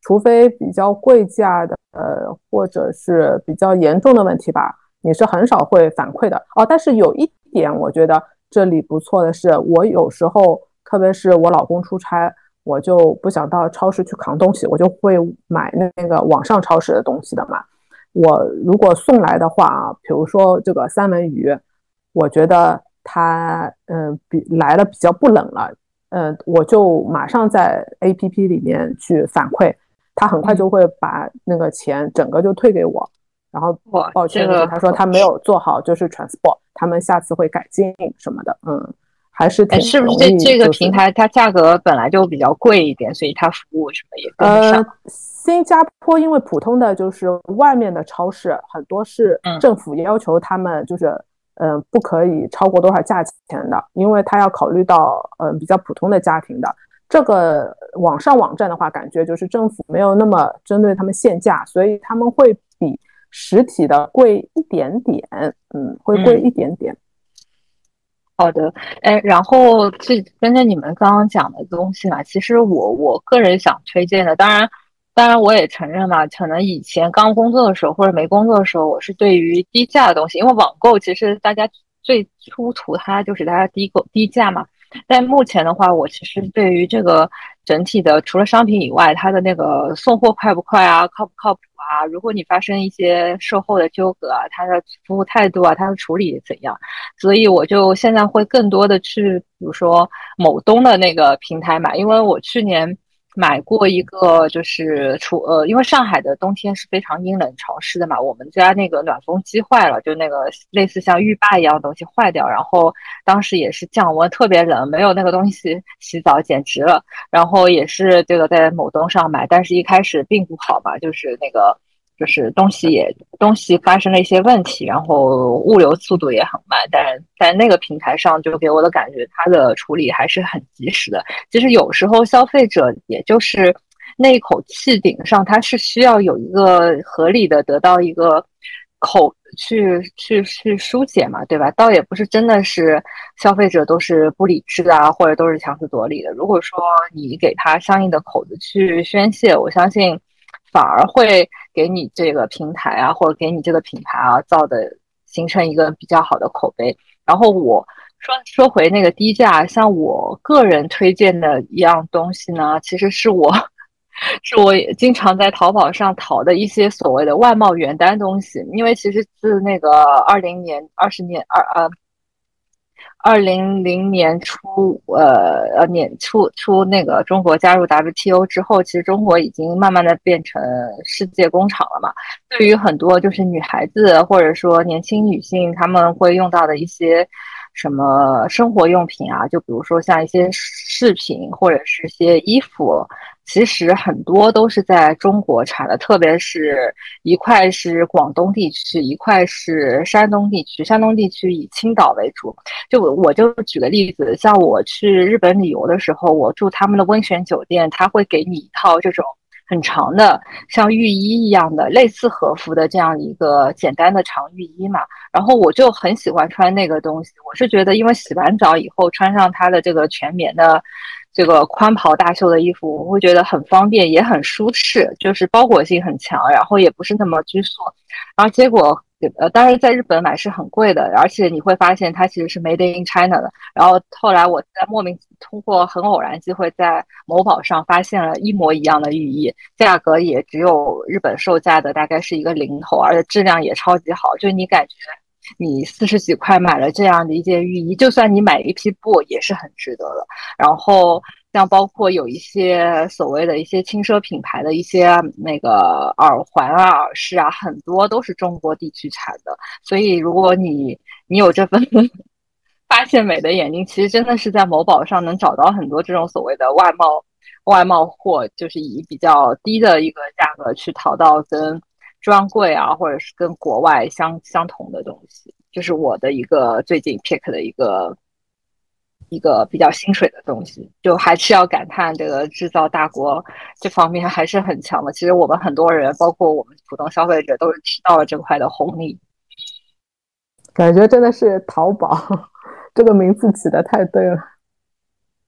除非比较贵价的，呃，或者是比较严重的问题吧，你是很少会反馈的哦。但是有一点，我觉得这里不错的是，我有时候，特别是我老公出差，我就不想到超市去扛东西，我就会买那个网上超市的东西的嘛。我如果送来的话啊，比如说这个三文鱼，我觉得它嗯、呃、比来的比较不冷了，呃，我就马上在 A P P 里面去反馈，他很快就会把那个钱整个就退给我，然后哇， 抱歉，就是这个他说他没有做好，就是 transport， 他们下次会改进什么的，嗯，还是哎， 挺是不是容易， 这这个就是平台它价格本来就比较贵一点，所以它服务什么也跟不上？ 呃，新加坡因为普通的就是外面的超市很多是嗯政府要求他们就是嗯、呃、不可以超过多少价钱的，因为他要考虑到嗯、呃、比较普通的家庭的。这个网上网站的话，感觉就是政府没有那么针对他们限价，所以他们会比实体的贵一点点，嗯，会贵嗯。 一点点。 好的，哎，然后这跟着你们刚刚讲的东西嘛，其实我我个人想推荐的，当然，当然我也承认嘛，可能以前刚工作的时候或者没工作的时候，我是对于低价的东西，因为网购其实大家最初图它就是大家低购低价嘛，但目前的话，我其实对于这个整体的除了商品以外，它的那个送货快不快啊，靠不靠谱啊，如果你发生一些售后的纠葛啊，它的服务态度啊，它的处理怎样？所以我就现在会更多的去，比如说某东的那个平台买，因为我去年买过一个，就是除呃，因为上海的冬天是非常阴冷潮湿的嘛，我们家那个暖风机坏了，就那个类似像浴霸一样的东西坏掉，然后当时也是降温，特别冷，没有那个东西洗澡简直了，然后也是这个在某东上买，但是一开始并不好嘛，就是那个。就是东西也东西发生了一些问题，然后物流速度也很慢，但在那个平台上就给我的感觉，它的处理还是很及时的。其实有时候消费者也就是那一口气顶上，他是需要有一个合理的得到一个口去去去疏解嘛，对吧？倒也不是真的是消费者都是不理智啊，或者都是强词夺理的。如果说你给他相应的口子去宣泄，我相信。反而会给你这个平台啊，或者给你这个品牌啊造的形成一个比较好的口碑。然后我说说回那个低价，像我个人推荐的一样东西呢，其实是我是我经常在淘宝上淘的一些所谓的外贸原单东西，因为其实自那个二零年、二十年二呃二零零年初，呃呃年初初那个中国加入 W T O 之后，其实中国已经慢慢的变成世界工厂了嘛。对于很多就是女孩子或者说年轻女性，她们会用到的一些什么生活用品啊，就比如说像一些饰品或者是一些衣服，其实很多都是在中国产的，特别是一块是广东地区，一块是山东地区。山东地区以青岛为主。就我我就举个例子，像我去日本旅游的时候，我住他们的温泉酒店，他会给你一套这种很长的像浴衣一样的类似和服的这样一个简单的长浴衣嘛。然后我就很喜欢穿那个东西，我是觉得因为洗完澡以后穿上它的这个全棉的这个宽袍大袖的衣服，我会觉得很方便，也很舒适，就是包裹性很强，然后也不是那么拘束。然后结果呃，当然在日本买是很贵的，而且你会发现它其实是 Made in China 的。然后后来我在莫名通过很偶然机会在某宝上发现了一模一样的浴衣，价格也只有日本售价的大概是一个零头，而且质量也超级好，就你感觉你四十几块买了这样的一件浴衣，就算你买一批布也是很值得的。然后像包括有一些所谓的一些轻奢品牌的一些那个耳环啊、耳饰啊，很多都是中国地区产的。所以如果你你有这份发现美的眼睛，其实真的是在某宝上能找到很多这种所谓的外贸外贸货，就是以比较低的一个价格去淘到跟专柜啊，或者是跟国外相相同的东西。就是我的一个最近 pick 的一个一个比较薪水的东西，就还是要感叹这个制造大国这方面还是很强的。其实我们很多人，包括我们普通消费者，都是吃到了这块的红利。 感觉真的是淘宝这个名字起的太对了。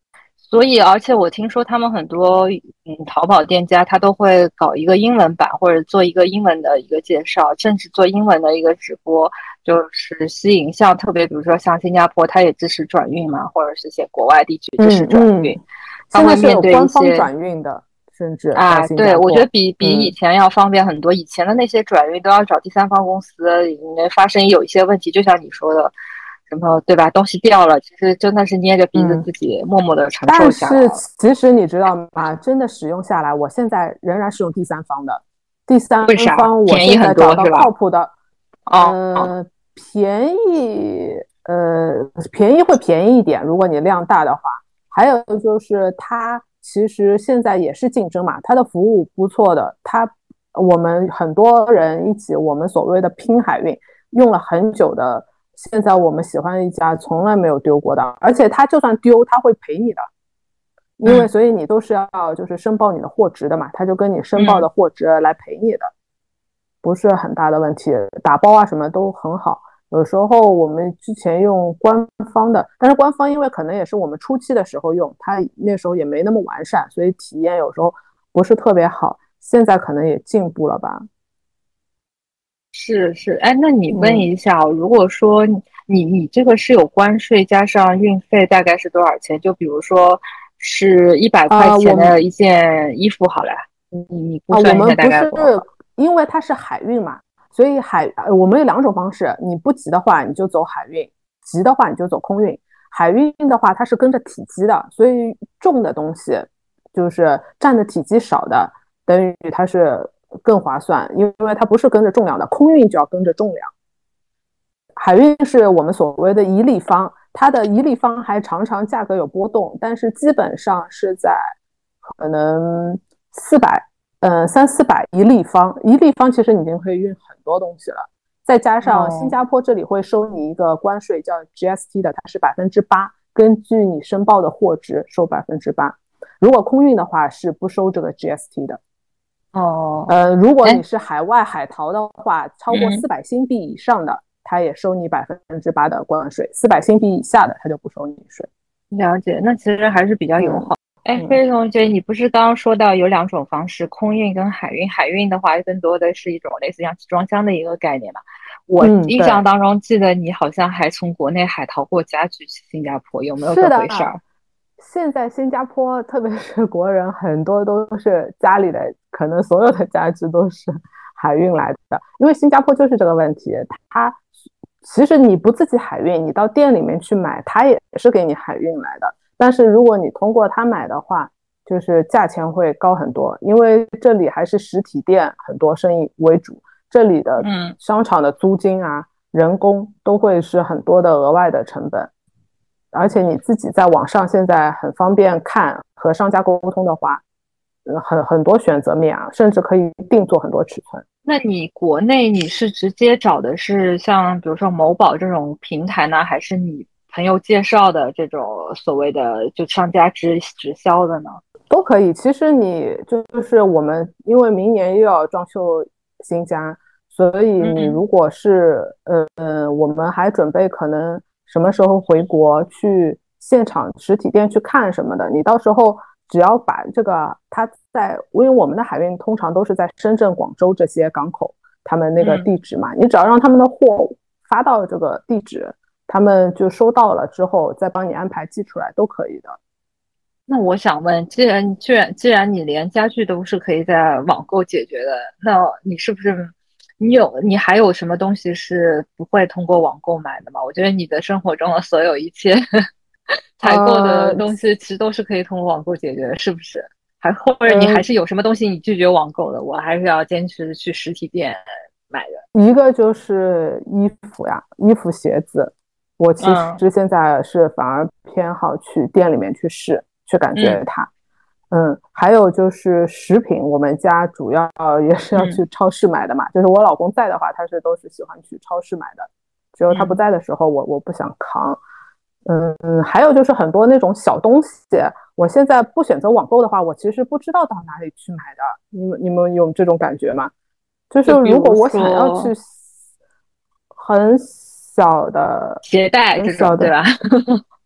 所以，而且我听说他们很多嗯淘宝店家，他都会搞一个英文版，或者做一个英文的一个介绍，甚至做英文的一个直播，就是吸引像特别比如说像新加坡，它也支持转运嘛，或者是些国外地区支持转运， 嗯嗯、 他会面现在是有对一些官方转运的，甚至到啊，对， 新加坡。 我觉得比比以嗯前要方便很多。以前的那些转运都要找第三方公司，因为发生有一些问题，就像你说的，什么对吧？东西掉了，其实真的是捏着鼻子嗯， 自己默默的承受但下来了。 是其实你知道吗？真的使用下来，我现在仍然是用第三方的。第三为啥？ 方我便宜很现在找到多是吧？ 靠谱的， 哦哦， 呃，便宜，呃，便宜会便宜一点，如果你量大的话。还有就是它其实现在也是竞争嘛，它的服务不错的，它我们很多人一起，我们所谓的拼海运，用了很久的，现在我们喜欢一家从来没有丢过的，而且它就算丢，它会赔你的。因为嗯所以你都是要就是申报你的货值的嘛，他就跟你申报嗯， 的货值来赔你的，不是很大的问题，打包啊什么都很好。有时候我们之前用官方的，但是官方因为可能也是我们初期的时候用，它那时候也没那么完善，所以体验有时候不是特别好。现在可能也进步了吧。 是是，哎，那你问嗯一下哦，如果说你你这个是有关税加上运费，大概是多少钱？就比如说是一百块啊、呃我们钱的一件衣服好了，你你估啊、呃我算一下大们不是概多少？ 因为它是海运嘛，所以海呃我们有两种方式，你不急的话你就走海运，急的话你就走空运。海运的话它是跟着体积的，所以重的东西就是占的体积少的，等于它是更划算，因为它不是跟着重量的，空运就要跟着重量。海运是我们所谓的一立方，它的一立方还常常价格有波动，但是基本上是在可能四百，呃三四百一立方，一立方其实已经可以运很多东西了。再加上新哦， 加坡这里会收你一个关税叫 G S T 的，它是百分之八，根据你申报的货值收百分之八。如果空运的话是不收这个 G S T 的。 哦， 呃，如果你哎， 是海外海淘的话，超过嗯， 四百新币以上的，它也收你百分之八的关税；四百新币以下的，它就不收你税。 了解，那其实还是比较友嗯好。哎， 嗯菲菲同学，你不是刚刚说到有两种方式，空运跟海运？海运的话，更多的是一种类似像集装箱的一个概念嘛。我嗯， 印象对， 当中记得你好像还从国内海淘过家具去新加坡，有没有这是的。 回事儿？ 现在新加坡，特别是国人，很多都是家里的，可能所有的家具都是海运来的，因为新加坡就是这个问题，它其实你不自己海运，你到店里面去买，它也是给你海运来的。但是如果你通过它买的话，就是价钱会高很多，因为这里还是实体店很多生意为主，这里的嗯。 商场的租金啊、人工都会是很多的额外的成本。而且你自己在网上现在很方便看，和商家沟通的话，很很多选择面啊，甚至可以定做很多尺寸。 那你国内你是直接找的是像比如说某宝这种平台呢，还是你朋友介绍的这种所谓的就商家直直销的呢？ 都可以。其实你就是我们，因为明年又要装修新家，所以你嗯如果是呃呃，我们还准备可能什么时候回国去现场实体店去看什么的，你到时候只要把这个它在，因为我们的海运通常都是在深圳、广州这些港口，他们那个嗯， 地址嘛，你只要让他们的货发到这个地址，他们就收到了之后再帮你安排寄出来都可以的。 那我想问，既然既然既然你连家具都是可以在网购解决的，那你是不是你有你还有什么东西是不会通过网购买的吗？我觉得你的生活中的所有一切采购的呃， 东西，其实都是可以通过网购解决的，是不是？还或者你还嗯， 是有什么东西你拒绝网购的？我还是要坚持去实体店买的。 一个就是衣服呀，衣服、鞋子，我其嗯实现在是反而偏好去店里面去试，去感嗯觉它。嗯，还有就是食品，我们家主要也是要嗯去超市买的嘛。就是我老公在的话，他是都是喜欢去超市买的。只有他不嗯， 在的时候，我我不想扛。嗯嗯，还有就是很多那种小东西，我现在不选择网购的话，我其实不知道到哪里去买的。你们你们有这种感觉吗？就是就比如如果我想要去说很小的、 鞋带这种， 很小的， 对吧？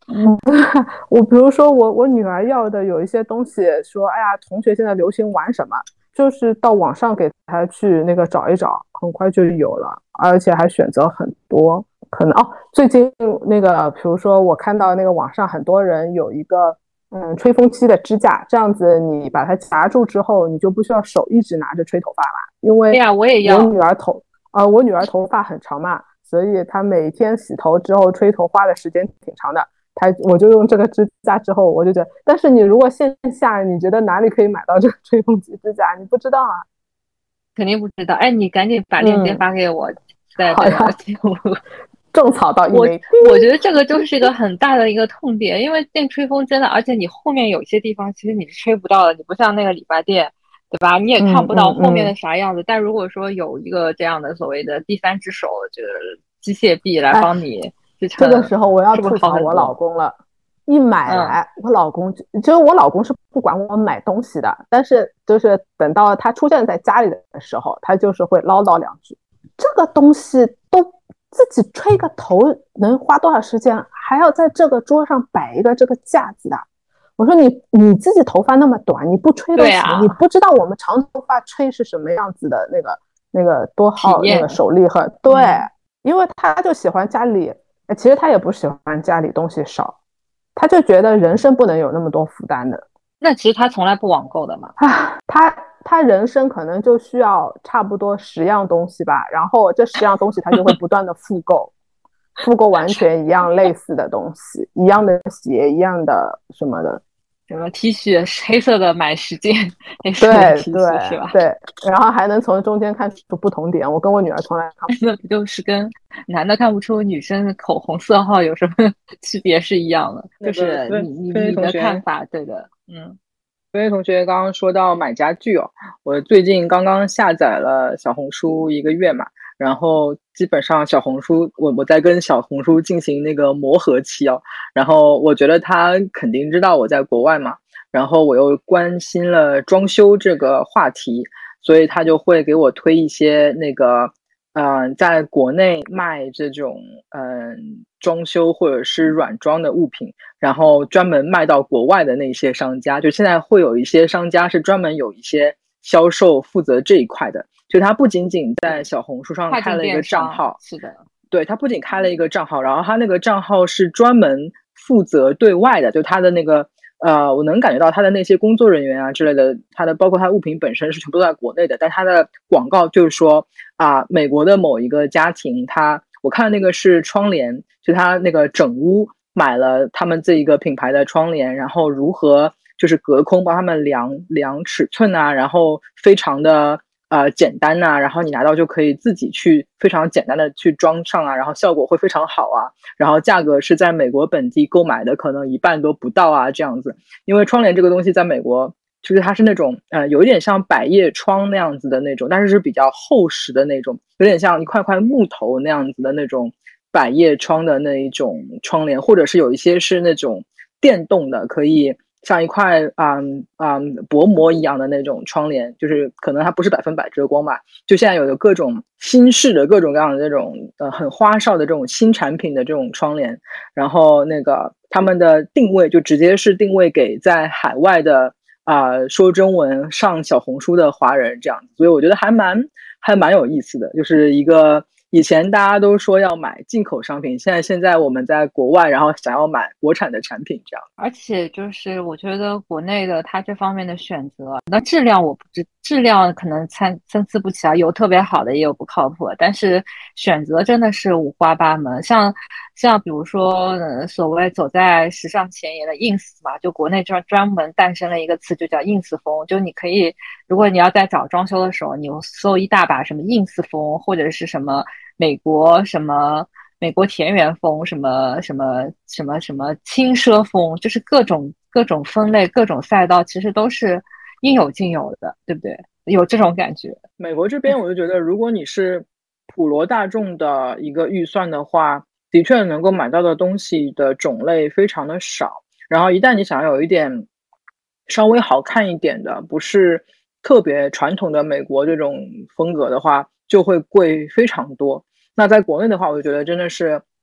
嗯，我比如说我我女儿要的有一些东西，说哎呀，同学现在流行玩什么，就是到网上给她去那个找一找，很快就有了，而且还选择很多。可能哦，最近那个，比如说我看到那个网上很多人有一个嗯吹风机的支架，这样子你把它夹住之后，你就不需要手一直拿着吹头发了，因为对呀，我也我要。 女儿头呃我女儿头发很长嘛，所以她每天洗头之后吹头花的时间挺长的。他我就用这个支架之后，我就觉得，但是你如果线下，你觉得哪里可以买到这个吹风机支架？你不知道啊。 肯定不知道。哎，你赶紧把链接嗯， 发给我，在这个好呀， 节目。 种草到一我枚。 我觉得这个就是一个很大的一个痛点，因为电吹风真的，而且你后面有些地方其实你是吹不到的，你不像那个理发店，对吧？你也看嗯不到后面的嗯嗯， 啥样子。但如果说有一个这样的所谓的第三只手，就是机械臂来哎， 帮你支这个撑， 时候我要是不是吐槽我老好很多？ 公了。一买嗯， 来，我老公就就是我老公是不管我买东西的，但是就是等到他出现在家里的时候，他就是会唠叨两句。这个东西都自己吹个头能花多少时间，还要在这个桌上摆一个这个架子的。我说你你自己头发那么短，你不吹都行，你对啊， 不知道我们长头发吹是什么样子的那个那个多耗那个体验， 手力和对， 嗯。 因为他就喜欢家里，其实他也不喜欢家里东西少，他就觉得人生不能有那么多负担的那其实他从来不网购的嘛。 啊，他他人生可能就需要差不多十样东西吧，然后这十样东西他就会不断的复购，复购完全一样类似的东西，一样的鞋，一样的什么的， 什么 T 恤，黑色的买十件，黑色的对 T 对恤是吧？ 对，然后还能从中间看出不同点。我跟我女儿从来看那不就是跟男的看不出女生的口红色号有什么区别是一样的？就那个菲是你你菲你的看同学， 法，对的，嗯。 菲菲同学刚刚说到买家具哦，我最近刚刚下载了小红书一个月嘛，然后基本上小红书我我在跟小红书进行那个磨合期哦，然后我觉得他肯定知道我在国外嘛，然后我又关心了装修这个话题，所以他就会给我推一些那个嗯、呃在国内卖这种嗯、呃装修或者是软装的物品。然后专门卖到国外的那些商家，就现在会有一些商家是专门有一些销售负责这一块的，就他不仅仅在小红书上跨境开了一个电商， 账号， 是的。 对，他不仅开了一个账号，然后他那个账号是专门负责对外的，就他的那个呃，我能感觉到他的那些工作人员啊之类的，他的包括他物品本身是全部都在国内的，但他的广告就是说啊，美国的某一个家庭，他我看那个是窗帘，就他那个整屋买了他们这一个品牌的窗帘，然后如何就是隔空帮他们量量尺寸啊，然后非常的呃简单呐、啊，然后你拿到就可以自己去非常简单的去装上啊，然后效果会非常好啊，然后价格是在美国本地购买的可能一半都不到啊这样子，因为窗帘这个东西在美国。就是它是那种呃有一点像百叶窗那样子的那种，但是是比较厚实的那种，有点像一块块木头那样子的那种百叶窗的那一种窗帘，或者是有一些是那种电动的，可以像一块嗯嗯薄膜一样的那种窗帘，就是可能它不是百分百遮光吧。就现在有各种新式的各种各样的这种呃很花哨的这种新产品的这种窗帘，然后那个他们的定位就直接是定位给在海外的啊、呃、说中文上小红书的华人这样，所以我觉得还蛮还蛮有意思的，就是一个。以前大家都说要买进口商品，现在现在我们在国外，然后想要买国产的产品，这样。 而且就是我觉得国内的它这方面的选择，那质量我不知质量可能参参差不齐啊，有特别好的，也有不靠谱的，但是选择真的是五花八门。像像比如说，呃，所谓走在时尚前沿的 ins 嘛，就国内专专门诞生了一个词，就叫 ins 风，就你可以，如果你要在找装修的时候，你搜一大把什么 ins 风或者是什么美国什么。美国田园风，什么什么什么什么轻奢风，就是各种各种分类、各种赛道，其实都是应有尽有的，对不对？有这种感觉。 美国这边，我就觉得，如果你是普罗大众的一个预算的话，的确能够买到的东西的种类非常的少。然后，一旦你想要有一点稍微好看一点的，不是特别传统的美国这种风格的话，就会贵非常多。那在国内的话，我就觉得真的是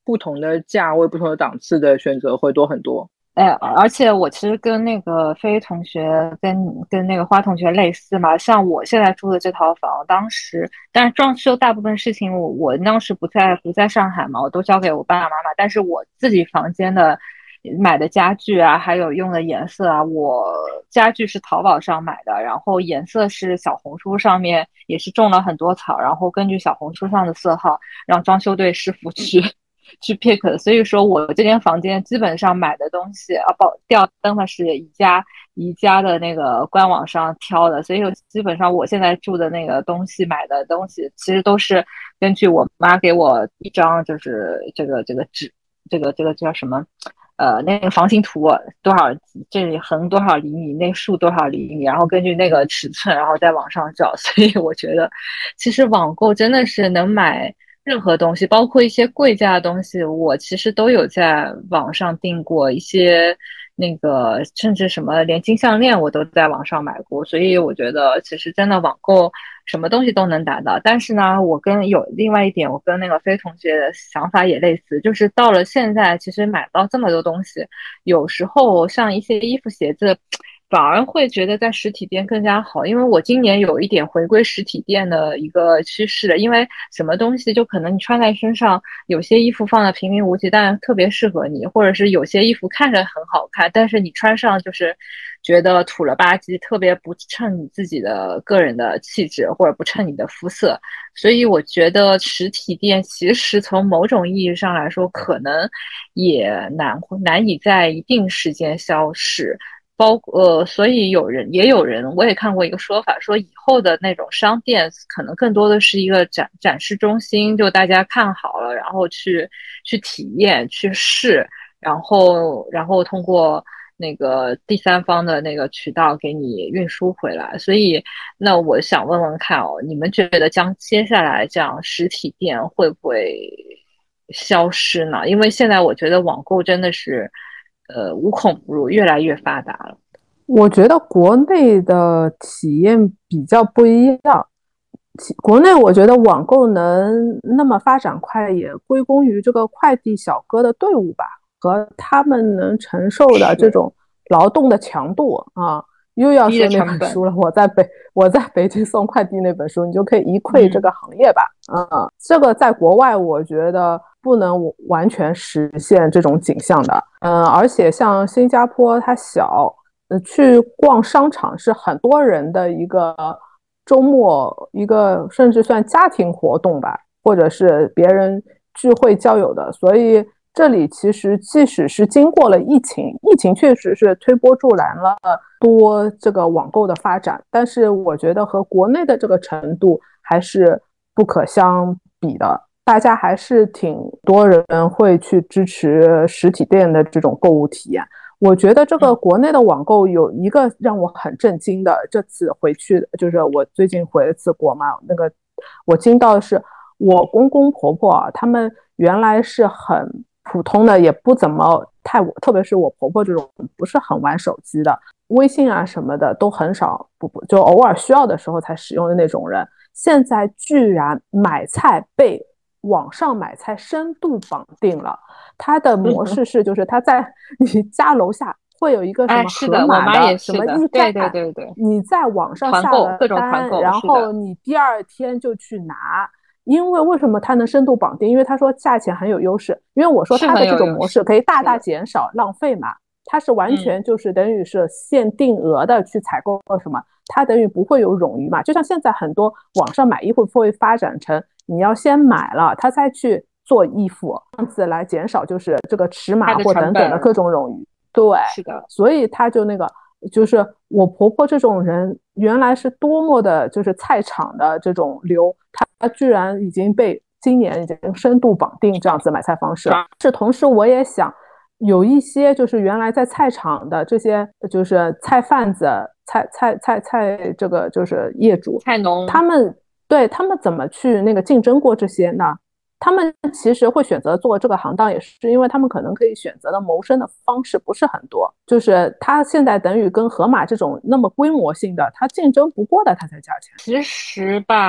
不同的价位、不同的档次的选择会多很多。 哎，而且我其实跟那个飞同学跟跟那个花同学类似嘛，像我现在住的这套房，当时但是装修大部分事情我我当时不在不在上海嘛，我都交给我爸爸妈妈，但是我自己房间的买的家具啊，还有用的颜色啊，我家具是淘宝上买的，然后颜色是小红书上面也是种了很多草，然后根据小红书上的色号让装修队师傅去去 pick， 所以说我这间房间基本上买的东西啊，包吊灯的是宜家宜家的那个官网上挑的，所以基本上我现在住的那个东西买的东西，其实都是根据我妈给我一张就是这个这个纸，这个这个叫什么？呃，那个房型图多少，这里横多少厘米，那竖多少厘米，然后根据那个尺寸，然后在网上找。所以我觉得，其实网购真的是能买任何东西，包括一些贵价的东西，我其实都有在网上订过一些那个，甚至什么连金项链我都在网上买过。所以我觉得，其实真的网购什么东西都能达到。但是呢，我跟有另外一点，我跟那个飞同学的想法也类似，就是到了现在，其实买到这么多东西，有时候像一些衣服、鞋子，反而会觉得在实体店更加好。因为我今年有一点回归实体店的一个趋势，因为什么东西就可能你穿在身上，有些衣服放在平平无奇，但特别适合你，或者是有些衣服看着很好看，但是你穿上就是觉得土了吧唧，特别不衬你自己的个人的气质，或者不衬你的肤色。所以我觉得实体店其实从某种意义上来说，可能也难难以在一定时间消逝。包呃，所以有人也有人，我也看过一个说法，说以后的那种商店可能更多的是一个展展示中心，就大家看好了，然后去去体验、去试，然后然后通过那个第三方的那个渠道给你运输回来。所以，那我想问问看哦，你们觉得将接下来这样实体店会不会消失呢？因为现在我觉得网购真的是。呃，无孔不入，越来越发达了。 我觉得国内的体验比较不一样。国内我觉得网购能那么发展快，也归功于这个快递小哥的队伍吧，和他们能承受的这种劳动的强度啊。又要说那本书了，我在北我在北京送快递那本书，你就可以一窥这个行业吧。嗯，嗯这个在国外我觉得不能完全实现这种景象的。嗯，而且像新加坡它小，呃，去逛商场是很多人的一个周末，一个甚至算家庭活动吧，或者是别人聚会交友的，所以。这里其实即使是经过了疫情，疫情确实是推波助澜了多这个网购的发展，但是我觉得和国内的这个程度还是不可相比的。大家还是挺多人会去支持实体店的这种购物体验。我觉得这个国内的网购有一个让我很震惊的，这次回去就是我最近回了次国嘛，那个我惊到的是我公公婆婆啊，他们原来是很普通的，也不怎么太，特别是我婆婆这种不是很玩手机的，微信啊什么的都很少，不不就偶尔需要的时候才使用的那种人，现在居然买菜被网上买菜深度绑定了。它的模式是，就是它在你家楼下会有一个什么盒马的什么驿站， 对对对对， 你在网上下了单，然后你第二天就去拿。因为为什么它能深度绑定？因为他说价钱很有优势。因为我说它的这种模式可以大大减少浪费嘛，它是完全就是等于是限定额的去采购什么，它等于不会有冗余嘛。就像现在很多网上买衣服会发展成你要先买了，他再去做衣服，这样子来减少就是这个尺码或等等的各种冗余。对， 是的， 所以他就那个。就是我婆婆这种人原来是多么的就是菜场的这种流，她居然已经被今年已经深度绑定这样子买菜方式。是同时我也想有一些就是原来在菜场的这些就是菜贩子菜菜菜菜这个就是业主菜农， 他们对他们怎么去那个竞争过这些呢？他们其实会选择做这个行当，也是因为他们可能可以选择的谋生的方式不是很多，就是他现在等于跟盒马这种那么规模性的，他竞争不过的他才价钱。 其实吧，你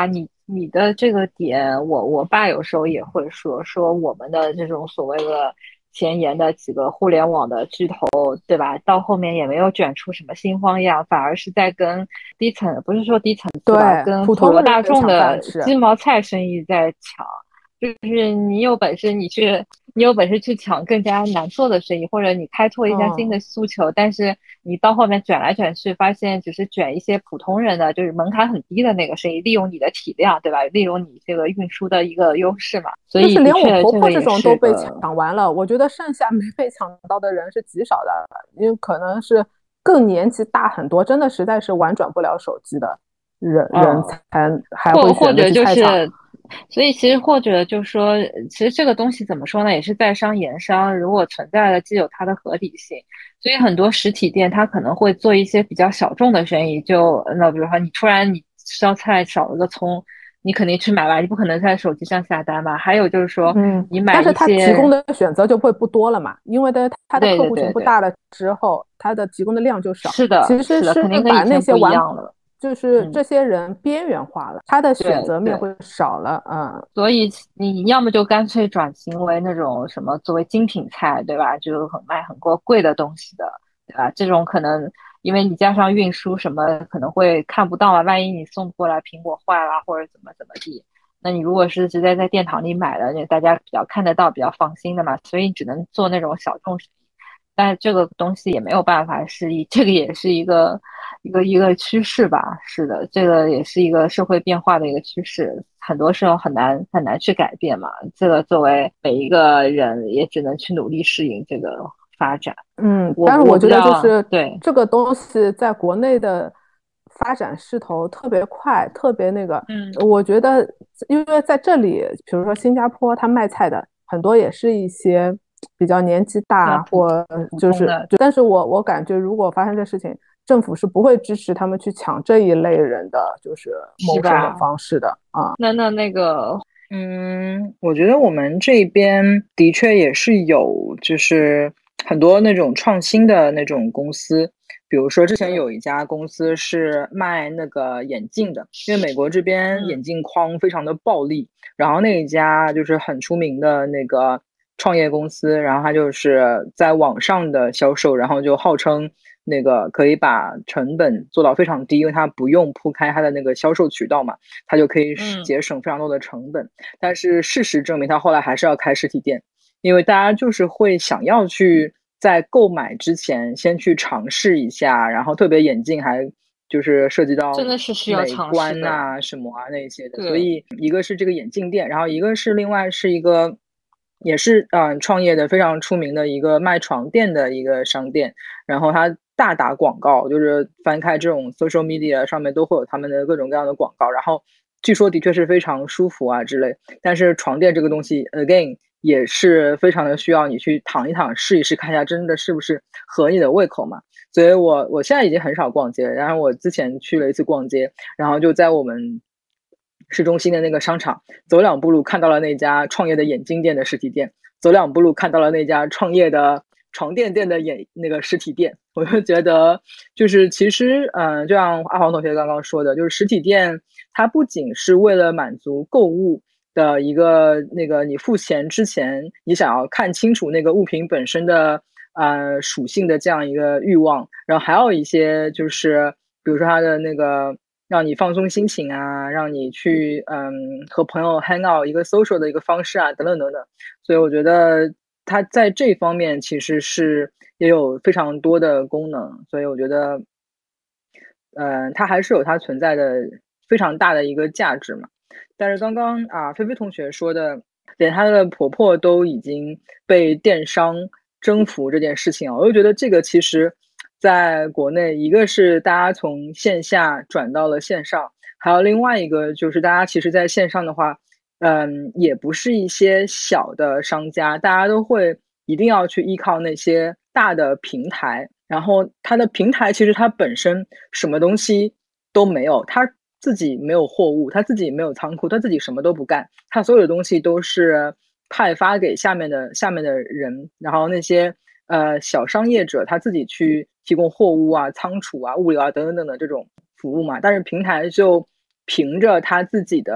你的这个点，我我爸有时候也会说说我们的这种所谓的前沿的几个互联网的巨头，对吧？到后面也没有卷出什么新花样，反而是在跟低层，不是说低层次对， 吧，跟普普罗大通人抢众的饭吃。 鸡毛菜生意在抢。就是你有本事，你去，你有本事去抢更加难做的生意，或者你开拓一下新的嗯， 诉求，但是你到后面卷来卷去，发现只是卷一些普通人的，就是门槛很低的那个生意，利用你的体量，对吧？利用你这个运输的一个优势嘛。所就是以的连我婆确这个也婆这种都被是个， 抢完了，我觉得剩下没被抢到的人是极少的，因为可能是更年纪大很多，真的实在是玩转不了手机的人人嗯， 才还会选择或或者去菜场。 就是，所以其实或者就是说，其实这个东西怎么说呢，也是在商言商，如果存在了，既有它的合理性。所以很多实体店它可能会做一些比较小众的生意，就那比如说你突然你烧菜少了个葱，你肯定去买吧，你不可能在手机上下单吧。还有就是说， 嗯， 你买一但是他提供些， 的选择就会不多了嘛，因为的他的对客户群对对对， 不大了之后，他的提供的量就少。 是的， 其实是的， 是肯定跟以把那前不一些玩， 样了。 就是嗯， 这些人边缘化了，他的选对对。 择面会少了。嗯， 所以你要么就干脆转型为那种什么作为精品菜，对吧？就很卖很过贵的东西的，对吧？这种可能因为你加上运输什么可能会看不到啊，万一你送过来苹果坏了或者怎么怎么地，那你如果是直接在店堂里买的，那大家比较看得到、比较放心的嘛，所以你只能做那种小众生意。但是这个东西也没有办法是一，这个也是一个一个一个趋势吧。是的，这个也是一个社会变化的一个趋势，很多时候很难很难去改变嘛。这个作为每一个人，也只能去努力适应这个发展。 嗯， 我我但是我觉不知道， 得就是对， 这个东西在国内的发展势头特别快，特别那个。 嗯， 我觉得，因为在这里，比如说新加坡，他卖菜的很多也是一些比较年纪大， 比较普或就是， 普通的， 但是我我感觉，如果发生这事情，政府是不会支持他们去抢这一类人的，就是谋生的是吧？ 方式的啊。 那那那个， 嗯，我觉得我们这边的确也是有，就是很多那种创新的那种公司，比如说之前有一家公司是卖那个眼镜的，因为美国这边嗯眼镜框非常的暴利，然后那一家就是很出名的那个创业公司，然后它就是在网上的销售，然后就号称那个可以把成本做到非常低，因为它不用铺开它的那个销售渠道嘛，它就可以嗯。 节省非常多的成本。但是事实证明，他后来还是要开实体店，因为大家就是会想要去在购买之前先去尝试一下，然后特别眼镜还就是涉及到真的是需要美尝试的。 观呐、什么啊那些的，所对， 以一个是这个眼镜店，然后一个是另外是一个。也是嗯、呃创业的非常出名的一个卖床垫的一个商店，然后它大打广告，就是翻开这种 social media 上面都会有他们的各种各样的广告，然后据说的确是非常舒服啊之类。但是床垫这个东西 again 也是非常的需要你去躺一躺试一试，看一下真的是不是合你的胃口嘛。所以我我现在已经很少逛街，然后我之前去了一次逛街，然后就在我们市中心的那个商场，走两步路看到了那家创业的眼镜店的实体店，走两步路看到了那家创业的床垫店的眼那个实体店，我就觉得就是其实嗯、呃，就像阿黄同学刚刚说的，就是实体店它不仅是为了满足购物的一个那个你付钱之前你想要看清楚那个物品本身的呃属性的这样一个欲望，然后还有一些就是比如说它的那个让你放松心情啊，让你去嗯和朋友 hang out 一个 social 的一个方式啊，等等等等。所以我觉得它在这方面其实是也有非常多的功能，所以我觉得，嗯，它还是有它存在的非常大的一个价值嘛。但是刚刚啊，菲菲同学说的，连她的婆婆都已经被电商征服这件事情啊，我就觉得这个其实在国内，一个是大家从线下转到了线上，还有另外一个就是大家其实在线上的话，嗯，也不是一些小的商家，大家都会一定要去依靠那些大的平台，然后它的平台其实它本身什么东西都没有，它自己没有货物，它自己没有仓库，它自己什么都不干，它所有的东西都是派发给下面的下面的人，然后那些呃小商业者他自己去提供货物啊、仓储啊、物流啊等等等等这种服务嘛，但是平台就凭着他自己的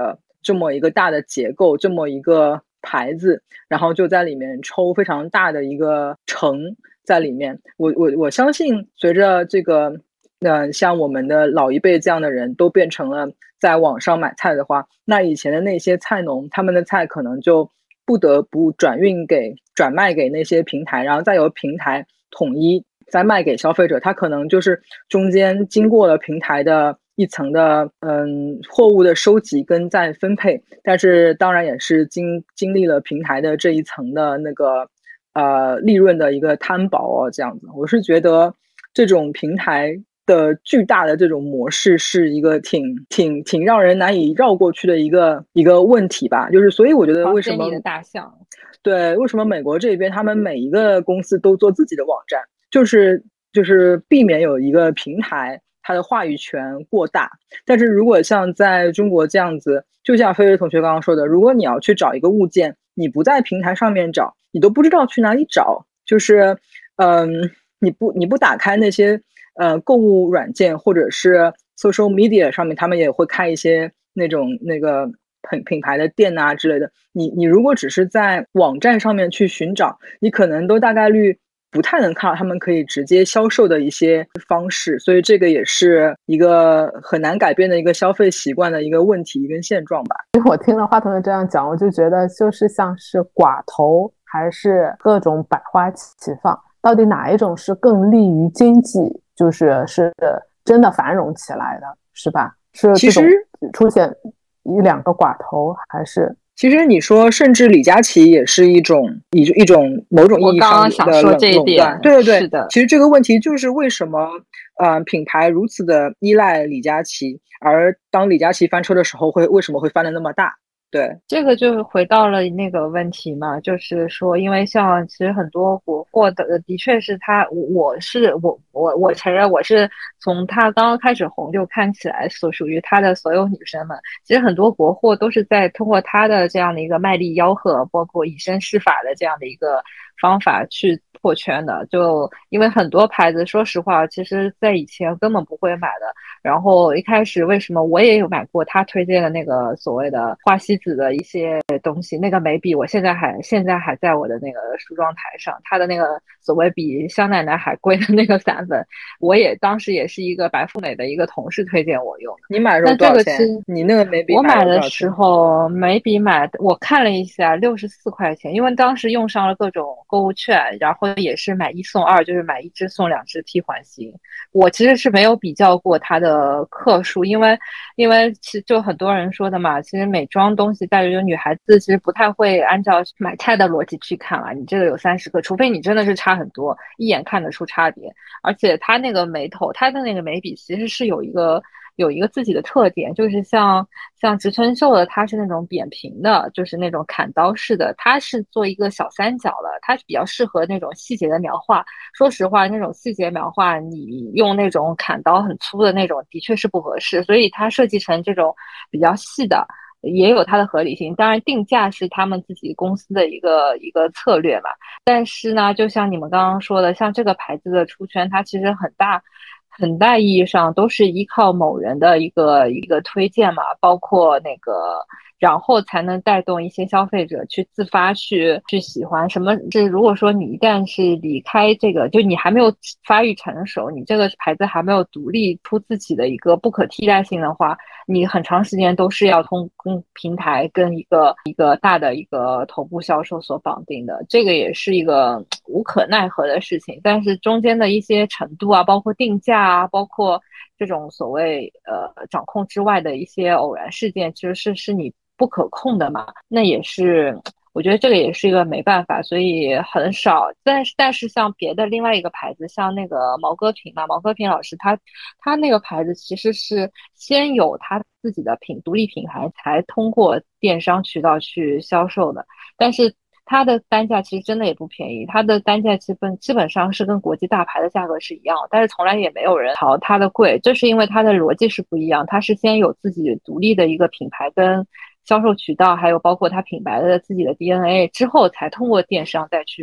这么一个大的结构，这么一个牌子，然后就在里面抽非常大的一个成在里面。我我我相信随着这个呃像我们的老一辈这样的人都变成了在网上买菜的话，那以前的那些菜农他们的菜可能就不得不转运给转卖给那些平台，然后再由平台统一再卖给消费者。它可能就是中间经过了平台的一层的嗯货物的收集跟再分配，但是当然也是经经历了平台的这一层的那个呃利润的一个摊薄哦，这样子。我是觉得这种平台的巨大的这种模式是一个挺挺挺让人难以绕过去的一个一个问题吧。就是所以我觉得为什么的大象， 对，为什么美国这边他们每一个公司都做自己的网站，就是就是避免有一个平台它的话语权过大。但是如果像在中国这样子，就像菲菲同学刚刚说的，如果你要去找一个物件，你不在平台上面找，你都不知道去哪里找。就是嗯，你不你不打开那些呃购物软件或者是 social media 上面，他们也会开一些那种那个品品牌的店啊之类的。你你如果只是在网站上面去寻找，你可能都大概率不太能看到他们可以直接销售的一些方式。所以这个也是一个很难改变的一个消费习惯的一个问题跟现状吧。 我听了花同学这样讲，我就觉得就是像是寡头还是各种百花齐放，到底哪一种是更利于经济，就是是真的繁荣起来的，是吧？是这种出现一两个寡头，还是其实你说甚至李佳琦也是一种一一种某种意义上的垄断。对对对， 是的。 其实这个问题就是为什么呃品牌如此的依赖李佳琦，而当李佳琦翻车的时候会为什么会翻得那么大。对， 这个就回到了那个问题嘛，就是说，因为像其实很多国货的，的确是他，我是我我我承认我是从他刚刚开始红就看起来所属于他的所有女生们，其实很多国货都是在通过他的这样的一个卖力吆喝，包括以身试法的这样的一个方法去破圈的。就因为很多牌子，说实话，其实在以前根本不会买的。然后一开始为什么我也有买过他推荐的那个所谓的花西子的一些东西，那个眉笔我现在还现在还在我的那个梳妆台上，他的那个所谓比香奶奶还贵的那个散粉，我也当时也是一个白富美的一个同事推荐我用的。 你买的时候多少钱？你那个眉笔我买的时候眉笔买我看了一下六十四块钱，因为当时用上了各种购物券，然后也是买一送二，就是买一支送两支替换芯。我其实是没有比较过它的克数，因为因为其实就很多人说的嘛，其实美妆东西带着有女孩子其实不太会按照买菜的逻辑去看啊，你这个有三十克，除非你真的是差很多，一眼看得出差别。而且它那个眉头，它的那个眉笔其实是有一个有一个自己的特点，就是像像植村秀的，它是那种扁平的，就是那种砍刀式的，它是做一个小三角的，它比较适合那种细节的描画。说实话，那种细节描画，你用那种砍刀很粗的那种，的确是不合适，所以它设计成这种比较细的，也有它的合理性。当然，定价是他们自己公司的一个一个策略嘛。但是呢，就像你们刚刚说的，像这个牌子的出圈，它其实很大。很大意义上都是依靠某人的一个一个推荐嘛，包括那个，然后才能带动一些消费者去自发去去喜欢什么。是如果说你一旦是离开这个，就你还没有发育成熟，你这个牌子还没有独立出自己的一个不可替代性的话，你很长时间都是要通跟平台跟一个一个大的一个头部销售所绑定的，这个也是一个无可奈何的事情。但是中间的一些程度啊，包括定价啊，包括这种所谓呃掌控之外的一些偶然事件，其实是是你不可控的嘛，那也是。我觉得这个也是一个没办法，所以很少。但是但是像别的另外一个牌子，像那个毛戈平嘛，毛戈平老师他他那个牌子其实是先有他自己的品独立品牌，才通过电商渠道去销售的。但是它的单价其实真的也不便宜，它的单价基本基本上是跟国际大牌的价格是一样，但是从来也没有人淘它的贵，这是因为它的逻辑是不一样，它是先有自己独立的一个品牌跟销售渠道，还有包括它品牌的自己的 D N A 之后，才通过电商再去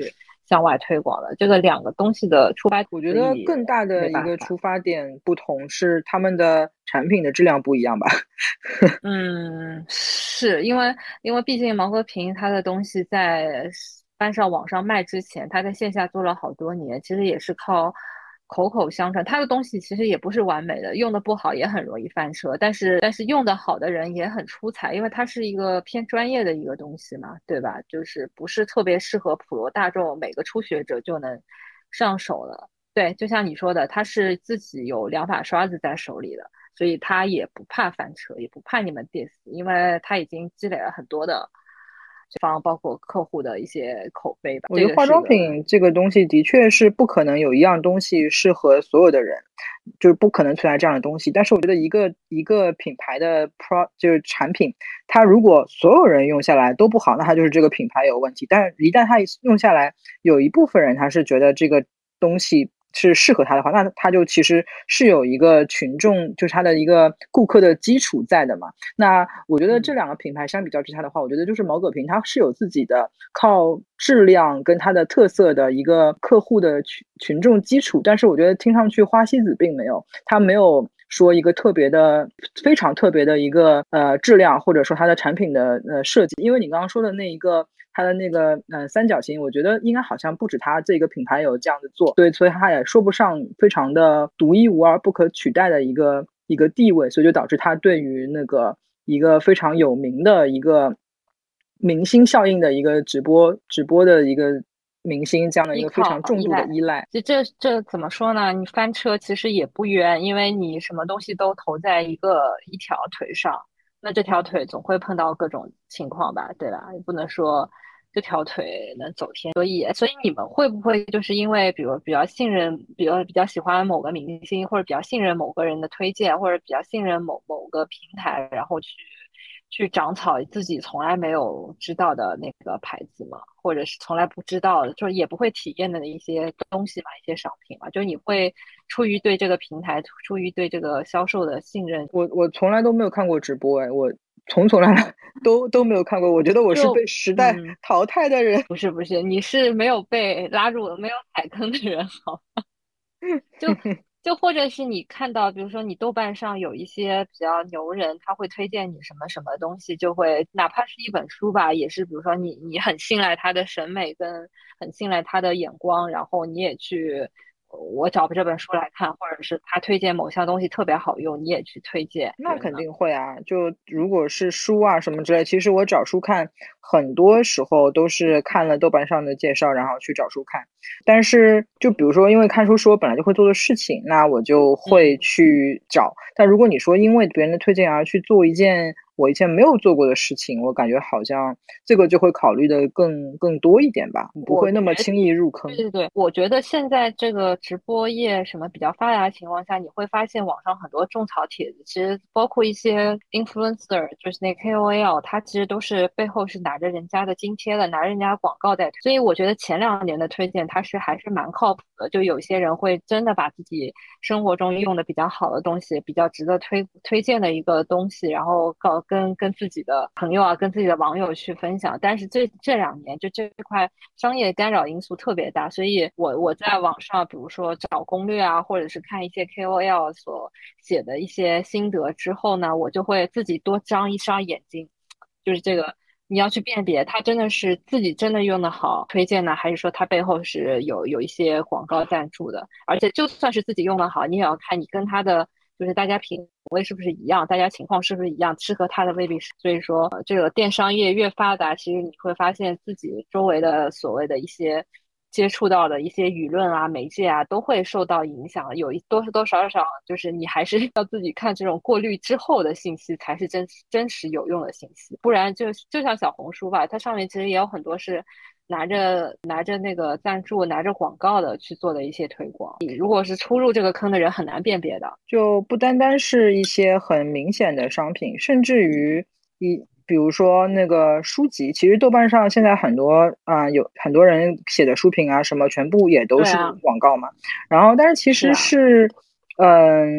向外推广的。这个两个东西的出发， 我觉得更大的一个出发点不同是他们的产品的质量不一样吧。 嗯，是因为因为毕竟毛戈平它的东西在搬上网上卖之前，它在线下做了好多年，其实也是靠口口相传。它的东西其实也不是完美的，用的不好也很容易翻车，但是但是用的好的人也很出彩，因为它是一个偏专业的一个东西嘛，对吧？就是不是特别适合普罗大众每个初学者就能上手的。对，就像你说的，他是自己有两把刷子在手里的。所以他也不怕翻车，也不怕你们 diss，因为他已经积累了很多的方，包括客户的一些口碑吧。 我觉得化妆品这个东西的确是不可能有一样东西适合所有的人，就是不可能存在这样的东西。但是我觉得一个一个品牌的 pro 就是产品，它如果所有人用下来都不好，那它就是这个品牌有问题。但是一旦它用下来，有一部分人他是觉得这个东西是适合他的话，那他就其实是有一个群众，就是他的一个顾客的基础在的嘛。那我觉得这两个品牌相比较之下的话，我觉得就是毛戈平它是有自己的靠质量跟它的特色的一个客户的群群众基础，但是我觉得听上去花西子并没有，它没有说一个特别的非常特别的一个呃质量，或者说它的产品的呃设计。因为你刚刚说的那一个它的那个呃三角形，我觉得应该好像不止它这个品牌有这样的做，对，所以它也说不上非常的独一无二、不可取代的一个一个地位，所以就导致它对于那个一个非常有名的一个明星效应的一个直播直播的一个明星这样的一个非常重度的依赖。 这这这怎么说呢？你翻车其实也不冤，因为你什么东西都投在一个一条腿上。那这条腿总会碰到各种情况吧，对吧？也不能说这条腿能走天。所以，所以你们会不会就是因为，比如比较信任，比如比较喜欢某个明星，或者比较信任某个人的推荐，或者比较信任某某个平台，然后去去长草自己从来没有知道的那个牌子嘛，或者是从来不知道的，就是也不会体验的一些东西嘛，一些商品嘛，就是你会出于对这个平台，出于对这个销售的信任。 我我从来都没有看过直播，哎，我从从来都都没有看过。我觉得我是被时代淘汰的人。 嗯、不是不是，你是没有被拉入、没有踩坑的人，好吗？就就或者是你看到，比如说你豆瓣上有一些比较牛人，他会推荐你什么什么东西，就会哪怕是一本书吧，也是比如说你你很信赖他的审美跟很信赖他的眼光，然后你也去我找这本书来看，或者是他推荐某项东西特别好用，你也去推荐。 那肯定会啊，就如果是书啊什么之类，其实我找书看很多时候都是看了豆瓣上的介绍，然后去找书看。但是就比如说因为看书是我本来就会做的事情，那我就会去找、嗯、但如果你说因为别人的推荐而去做一件我以前没有做过的事情，我感觉好像这个就会考虑的更更多一点吧，不会那么轻易入坑。 对对对，我觉得现在这个直播业什么比较发达的情况下，你会发现网上很多种草帖子，其实包括一些 influencer， 就是那 K O L， 他其实都是背后是拿着人家的津贴的，拿着人家广告在推。所以我觉得前两年的推荐，它是还是蛮靠谱的。就有些人会真的把自己生活中用的比较好的东西，比较值得推推荐的一个东西，然后告跟跟自己的朋友啊，跟自己的网友去分享。但是这这两年就这块商业干扰因素特别大，所以我我在网上比如说找攻略啊，或者是看一些 K O L 所写的一些心得之后呢，我就会自己多张一双眼睛，就是这个你要去辨别他真的是自己真的用的好推荐呢，还是说他背后是有有一些广告赞助的。而且就算是自己用的好，你也要看你跟他的就是大家品味是不是一样，大家情况是不是一样，适合他的未必是。所以说这个电商业越发达，其实你会发现自己周围的所谓的一些接触到的一些舆论啊、媒介啊，都会受到影响。有一多多少少，就是你还是要自己看这种过滤之后的信息，才是真真实有用的信息。不然就就像小红书吧，它上面其实也有很多是拿着拿着那个赞助、拿着广告的去做的一些推广。你如果是初入这个坑的人，很难辨别的。 就不单单是一些很明显的商品，甚至于一。比如说那个书籍，其实豆瓣上现在很多啊、呃，有很多人写的书评啊，什么全部也都是广告嘛。啊、然后，但是其实是，嗯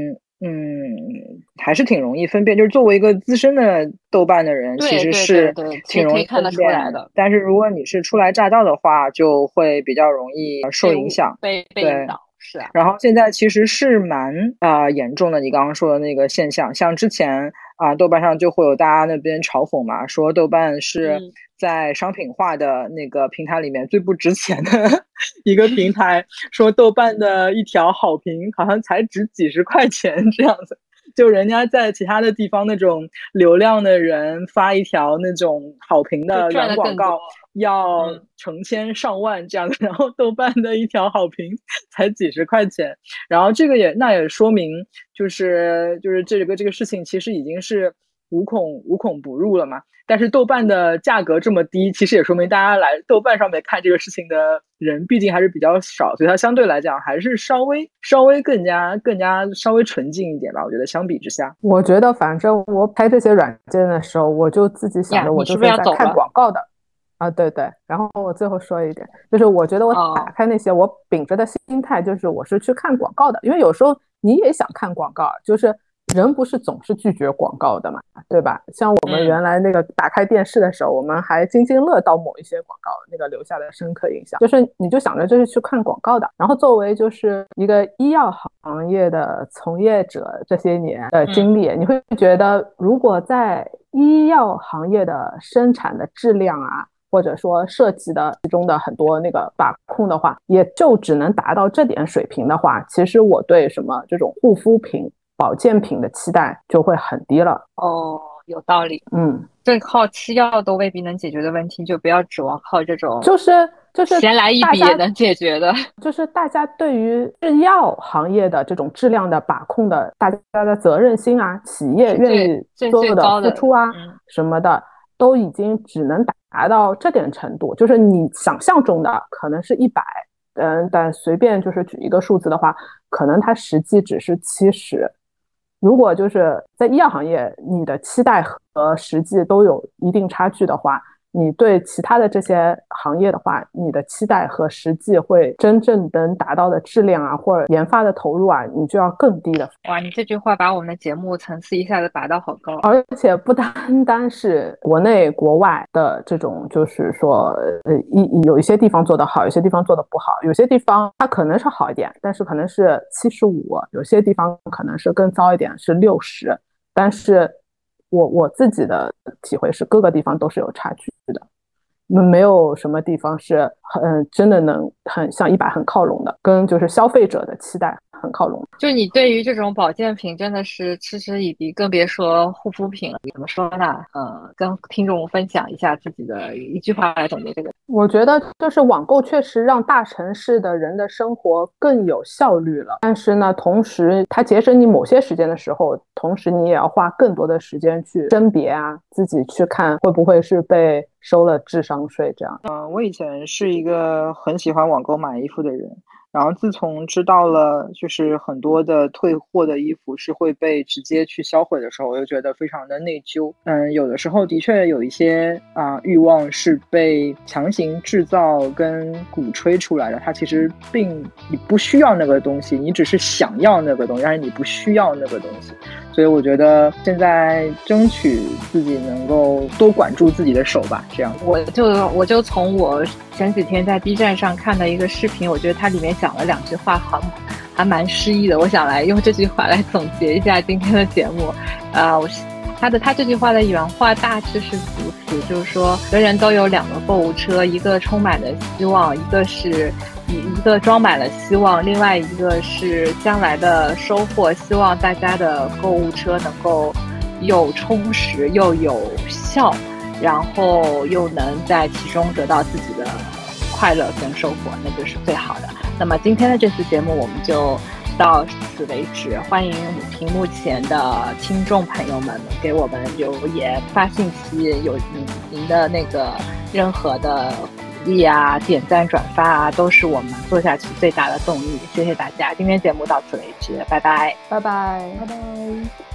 嗯，还是挺容易分辨。就是作为一个资深的豆瓣的人，其实是挺容易看得出来的。 但是如果你是初来乍到的话，就会比较容易受影响， 被被引导。是啊。 然后现在其实是蛮啊、呃、严重的，你刚刚说的那个现象，像之前啊、呃、豆瓣上就会有大家那边嘲讽嘛，说豆瓣是在商品化的那个平台里面最不值钱的一个平台，说豆瓣的一条好评好像才值几十块钱这样子。就人家在其他的地方那种流量的人发一条那种好评的软广告要成千上万这样的、嗯、然后豆瓣的一条好评才几十块钱，然后这个也那也说明就是就是这个这个事情其实已经是无孔无孔不入了嘛。但是豆瓣的价格这么低，其实也说明大家来豆瓣上面看这个事情的人毕竟还是比较少，所以它相对来讲还是稍微稍微更加更加稍微纯净一点吧，我觉得相比之下。 我觉得反正我拍这些软件的时候，我就自己想着我就是在看广告的啊，对对。然后我最后说一点，就是我觉得我打开那些，我秉着的心态就是我是去看广告的，因为有时候你也想看广告，就是人不是总是拒绝广告的嘛，对吧？像我们原来那个打开电视的时候、嗯、我们还津津乐道某一些广告那个留下的深刻印象，就是你就想着这是去看广告的。然后作为就是一个医药行业的从业者，这些年的经历、嗯、你会觉得如果在医药行业的生产的质量啊，或者说设计的其中的很多那个把控的话，也就只能达到这点水平的话，其实我对什么这种护肤品保健品的期待就会很低了。 哦，有道理。 嗯， 这靠吃药都未必能解决的问题，就不要指望靠这种就是就是闲来一笔也能解决的。 就是大家对于制药行业的这种质量的把控的，大家的责任心啊，企业愿意做的付出啊什么的，都已经只能达到这点程度。就是你想象中的可能是一百，嗯，但随便就是举一个数字的话，可能它实际只是七十。如果就是在医药行业，你的期待和实际都有一定差距的话，你对其他的这些行业的话，你的期待和实际会真正能达到的质量啊，或者研发的投入啊，你就要更低的。 哇，你这句话把我们的节目层次一下子拔到好高。 而且不单单是国内国外的这种，就是说呃，一有一些地方做得好，有些地方做得不好，有些地方它可能是好一点，但是可能是七十五，有些地方可能是更糟一点，是六十。但是我我自己的体会是，各个地方都是有差距的，没有什么地方是很真的能很向一百很靠拢的，跟就是消费者的期待很靠拢。 就你对于这种保健品真的是嗤之以鼻，更别说护肤品了。怎么说呢？呃，跟听众分享一下自己的一句话来总结这个。 我觉得就是网购确实让大城市的人的生活更有效率了，但是呢，同时它节省你某些时间的时候，同时你也要花更多的时间去甄别啊，自己去看会不会是被收了智商税这样。 嗯、呃，我以前是一个很喜欢网购买衣服的人。然后自从知道了就是很多的退货的衣服是会被直接去销毁的时候，我就觉得非常的内疚。嗯，有的时候的确有一些啊、呃、欲望是被强行制造跟鼓吹出来的，它其实并你不需要那个东西，你只是想要那个东西，但是你不需要那个东西。所以我觉得现在争取自己能够多管住自己的手吧，这样。 我就我就从我前几天在 B 站上看的一个视频，我觉得它里面讲了两句话还还蛮诗意的，我想来用这句话来总结一下今天的节目。呃，我他的他这句话的原话大致是如此，就是说人人都有两个购物车，一个充满了希望，一个是一个装满了希望，另外一个是将来的收获，希望大家的购物车能够又充实又有效，然后又能在其中得到自己的快乐跟收获，那就是最好的。那么今天的这次节目我们就到此为止，欢迎屏幕前的听众朋友们给我们留言发信息，有您的那个任何的鼓励啊、点赞转发啊，都是我们做下去最大的动力。谢谢大家，今天节目到此为止，拜拜， 拜拜，拜拜。